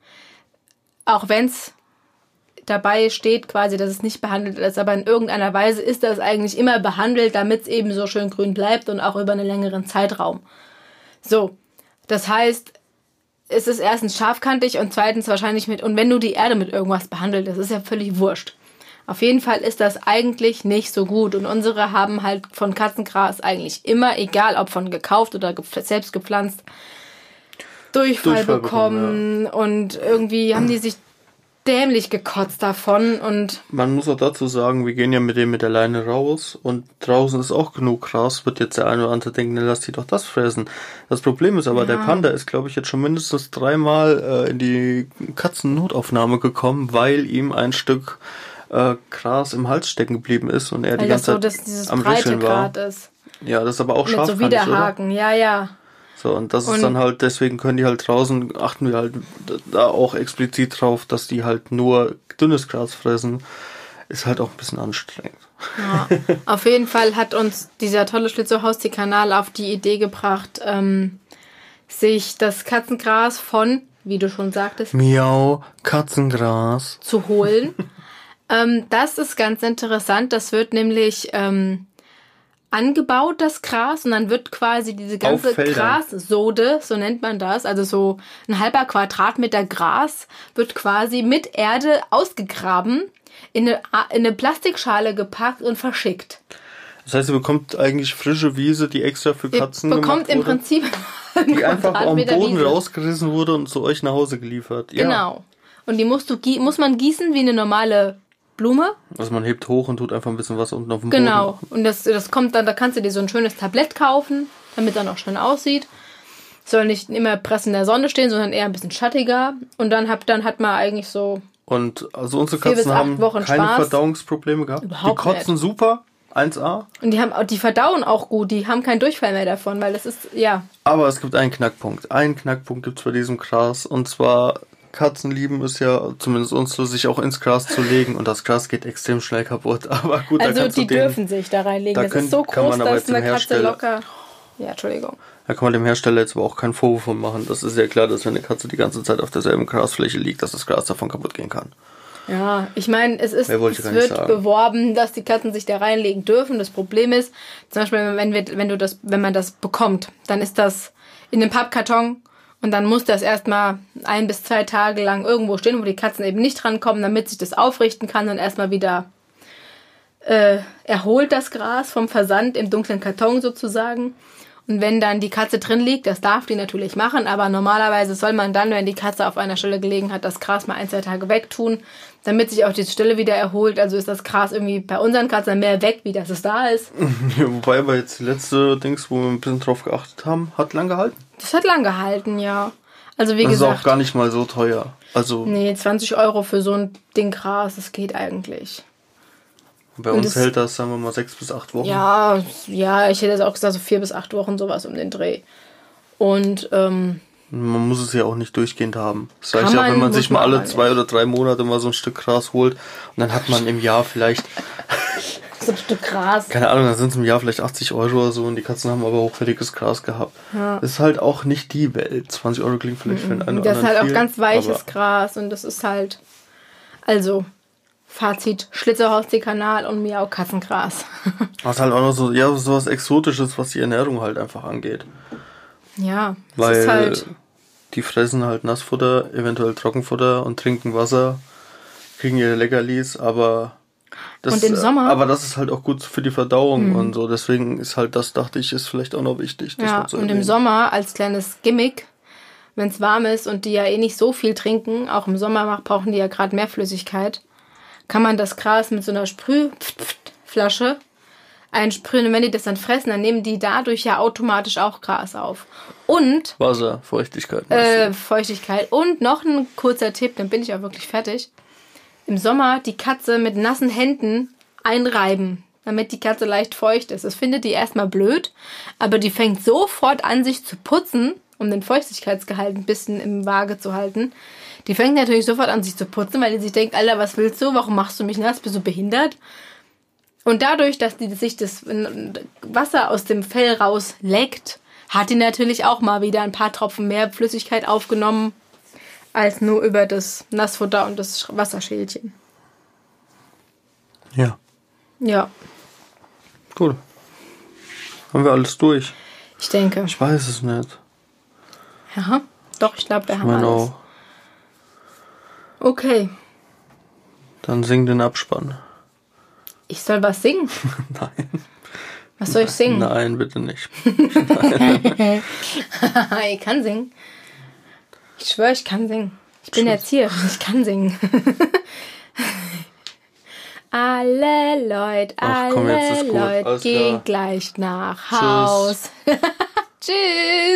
auch wenn es dabei steht quasi, dass es nicht behandelt ist, aber in irgendeiner Weise ist das eigentlich immer behandelt, damit es eben so schön grün bleibt und auch über einen längeren Zeitraum. So, das heißt, es ist erstens scharfkantig und zweitens wahrscheinlich und wenn du die Erde mit irgendwas behandelst, das ist ja völlig wurscht. Auf jeden Fall ist das eigentlich nicht so gut und unsere haben halt von Katzengras eigentlich immer, egal ob von gekauft oder selbst gepflanzt, Durchfall bekommen und irgendwie haben die sich dämlich gekotzt davon und... Man muss auch dazu sagen, wir gehen ja mit der Leine raus und draußen ist auch genug Gras, wird jetzt der eine oder andere denken, dann lass die doch das fressen. Das Problem ist aber, der Panda ist, glaube ich, jetzt schon mindestens 3-mal in die Katzennotaufnahme gekommen, weil ihm ein Stück Gras im Hals stecken geblieben ist und er die ganze Zeit am Röcheln war. Ist. Ja, das ist aber auch scharf. Mit so Widerhaken, ja. So, und das ist dann halt, deswegen können die halt draußen, achten wir halt da auch explizit drauf, dass die halt nur dünnes Gras fressen. Ist halt auch ein bisschen anstrengend. Ja, auf jeden Fall hat uns dieser tolle Schlitzohr-Hausti-Kanal auf die Idee gebracht, sich das Katzengras von, wie du schon sagtest, Miau, Katzengras zu holen. Das ist ganz interessant. Das wird nämlich angebaut, das Gras, und dann wird quasi diese ganze Grassode, so nennt man das, also so ein halber Quadratmeter Gras, wird quasi mit Erde ausgegraben, in eine Plastikschale gepackt und verschickt. Das heißt, ihr bekommt eigentlich frische Wiese, die extra für Katzen gemacht wurde? Bekommt im Prinzip die einfach am Boden Wiese rausgerissen wurde und zu euch nach Hause geliefert. Ja. Genau. Und die muss man gießen wie eine normale Blume. Also man hebt hoch und tut einfach ein bisschen Wasser unten auf dem Boden. Genau. Und das kommt dann, da kannst du dir so ein schönes Tablett kaufen, damit er auch schön aussieht. Soll nicht immer pressend in der Sonne stehen, sondern eher ein bisschen schattiger. Und dann hat man eigentlich so... Und also unsere Katzen haben keine Verdauungsprobleme gehabt. Überhaupt die kotzen nicht. Super, 1A. Und die verdauen auch gut, die haben keinen Durchfall mehr davon, weil das ist, ja... Aber es gibt einen Knackpunkt. Einen Knackpunkt gibt es bei diesem Gras. Und zwar... Katzen lieben es ja, zumindest uns so, sich auch ins Gras zu legen und das Gras geht extrem schnell kaputt. Aber gut, also die dürfen sich da reinlegen. Das ist so groß, dass eine Katze locker... Ja, Entschuldigung. Da kann man dem Hersteller jetzt aber auch keinen Vorwurf von machen. Das ist ja klar, dass wenn eine Katze die ganze Zeit auf derselben Grasfläche liegt, dass das Gras davon kaputt gehen kann. Ja, ich meine, es wird beworben, dass die Katzen sich da reinlegen dürfen. Das Problem ist, zum Beispiel, wenn man das bekommt, dann ist das in einem Pappkarton. Und dann muss das erstmal 1 bis 2 Tage lang irgendwo stehen, wo die Katzen eben nicht rankommen, damit sich das aufrichten kann und erstmal wieder erholt das Gras vom Versand im dunklen Karton sozusagen. Und wenn dann die Katze drin liegt, das darf die natürlich machen, aber normalerweise soll man dann, wenn die Katze auf einer Stelle gelegen hat, das Gras mal 1, 2 Tage wegtun, damit sich auch die Stelle wieder erholt. Also ist das Gras irgendwie bei unseren Katzen mehr weg, wie dass es da ist. Ja, wobei aber jetzt die letzte Dings, wo wir ein bisschen drauf geachtet haben, hat lang gehalten. Das hat lang gehalten, ja. Also wie gesagt... Das ist auch gar nicht mal so teuer. Also nee, 20 € für so ein Ding Gras, das geht eigentlich. Bei uns hält das, sagen wir mal, 6 bis 8 Wochen. Ja, ich hätte jetzt auch gesagt, so 4 bis 8 Wochen, sowas um den Dreh. Und man muss es ja auch nicht durchgehend haben. Das reicht ja auch, wenn man sich mal alle 2 oder 3 Monate mal so ein Stück Gras holt und dann hat man im Jahr vielleicht... so ein Stück Gras. Keine Ahnung, dann sind es im Jahr vielleicht 80 € oder so und die Katzen haben aber hochwertiges Gras gehabt. Ja. Das ist halt auch nicht die Welt. 20 € klingt vielleicht für den einen oder anderen Das ist halt viel, auch ganz weiches Gras und das ist halt... Also... Fazit, Schlitzerhorsti-Kanal und Miau-Katzengras. Was halt auch noch so, ja, so was Exotisches, was die Ernährung halt einfach angeht. Ja, es Weil ist halt... die fressen halt Nassfutter, eventuell Trockenfutter und trinken Wasser, kriegen ihre Leckerlis, aber Und im Sommer? Aber das ist halt auch gut für die Verdauung und so. Deswegen ist halt das, dachte ich, ist vielleicht auch noch wichtig. Das Ja, noch zu und im erwähnen. Sommer als kleines Gimmick, wenn es warm ist und die ja eh nicht so viel trinken, auch im Sommer brauchen die ja gerade mehr Flüssigkeit, kann man das Gras mit so einer Sprühflasche einsprühen. Und wenn die das dann fressen, dann nehmen die dadurch ja automatisch auch Gras auf. Und Wasser, Feuchtigkeit. Feuchtigkeit. Und noch ein kurzer Tipp, dann bin ich auch wirklich fertig. Im Sommer die Katze mit nassen Händen einreiben, damit die Katze leicht feucht ist. Das findet die erstmal blöd, aber die fängt sofort an, sich zu putzen, um den Feuchtigkeitsgehalt ein bisschen im Waage zu halten. Die fängt natürlich sofort an, sich zu putzen, weil die sich denkt, Alter, was willst du? Warum machst du mich nass? Bist du behindert? Und dadurch, dass die sich das Wasser aus dem Fell rausleckt, hat die natürlich auch mal wieder ein paar Tropfen mehr Flüssigkeit aufgenommen, als nur über das Nassfutter und das Wasserschälchen. Ja, Ja, gut. Haben wir alles durch? ich denke. Ich weiß es nicht. Ja, doch, ich glaube, wir Ich haben meine alles. auch. Okay, Dann sing den Abspann. ich soll was singen. Nein. Was soll ich singen? Nein, bitte nicht. Ich kann singen. Ich schwöre, ich kann singen. Ich bin Erzieherin, ich kann singen. Alle Leute, Ach, komm, jetzt ist gut. Leute Alles gehen klar. gleich nach Tschüss. Haus. Tschüss.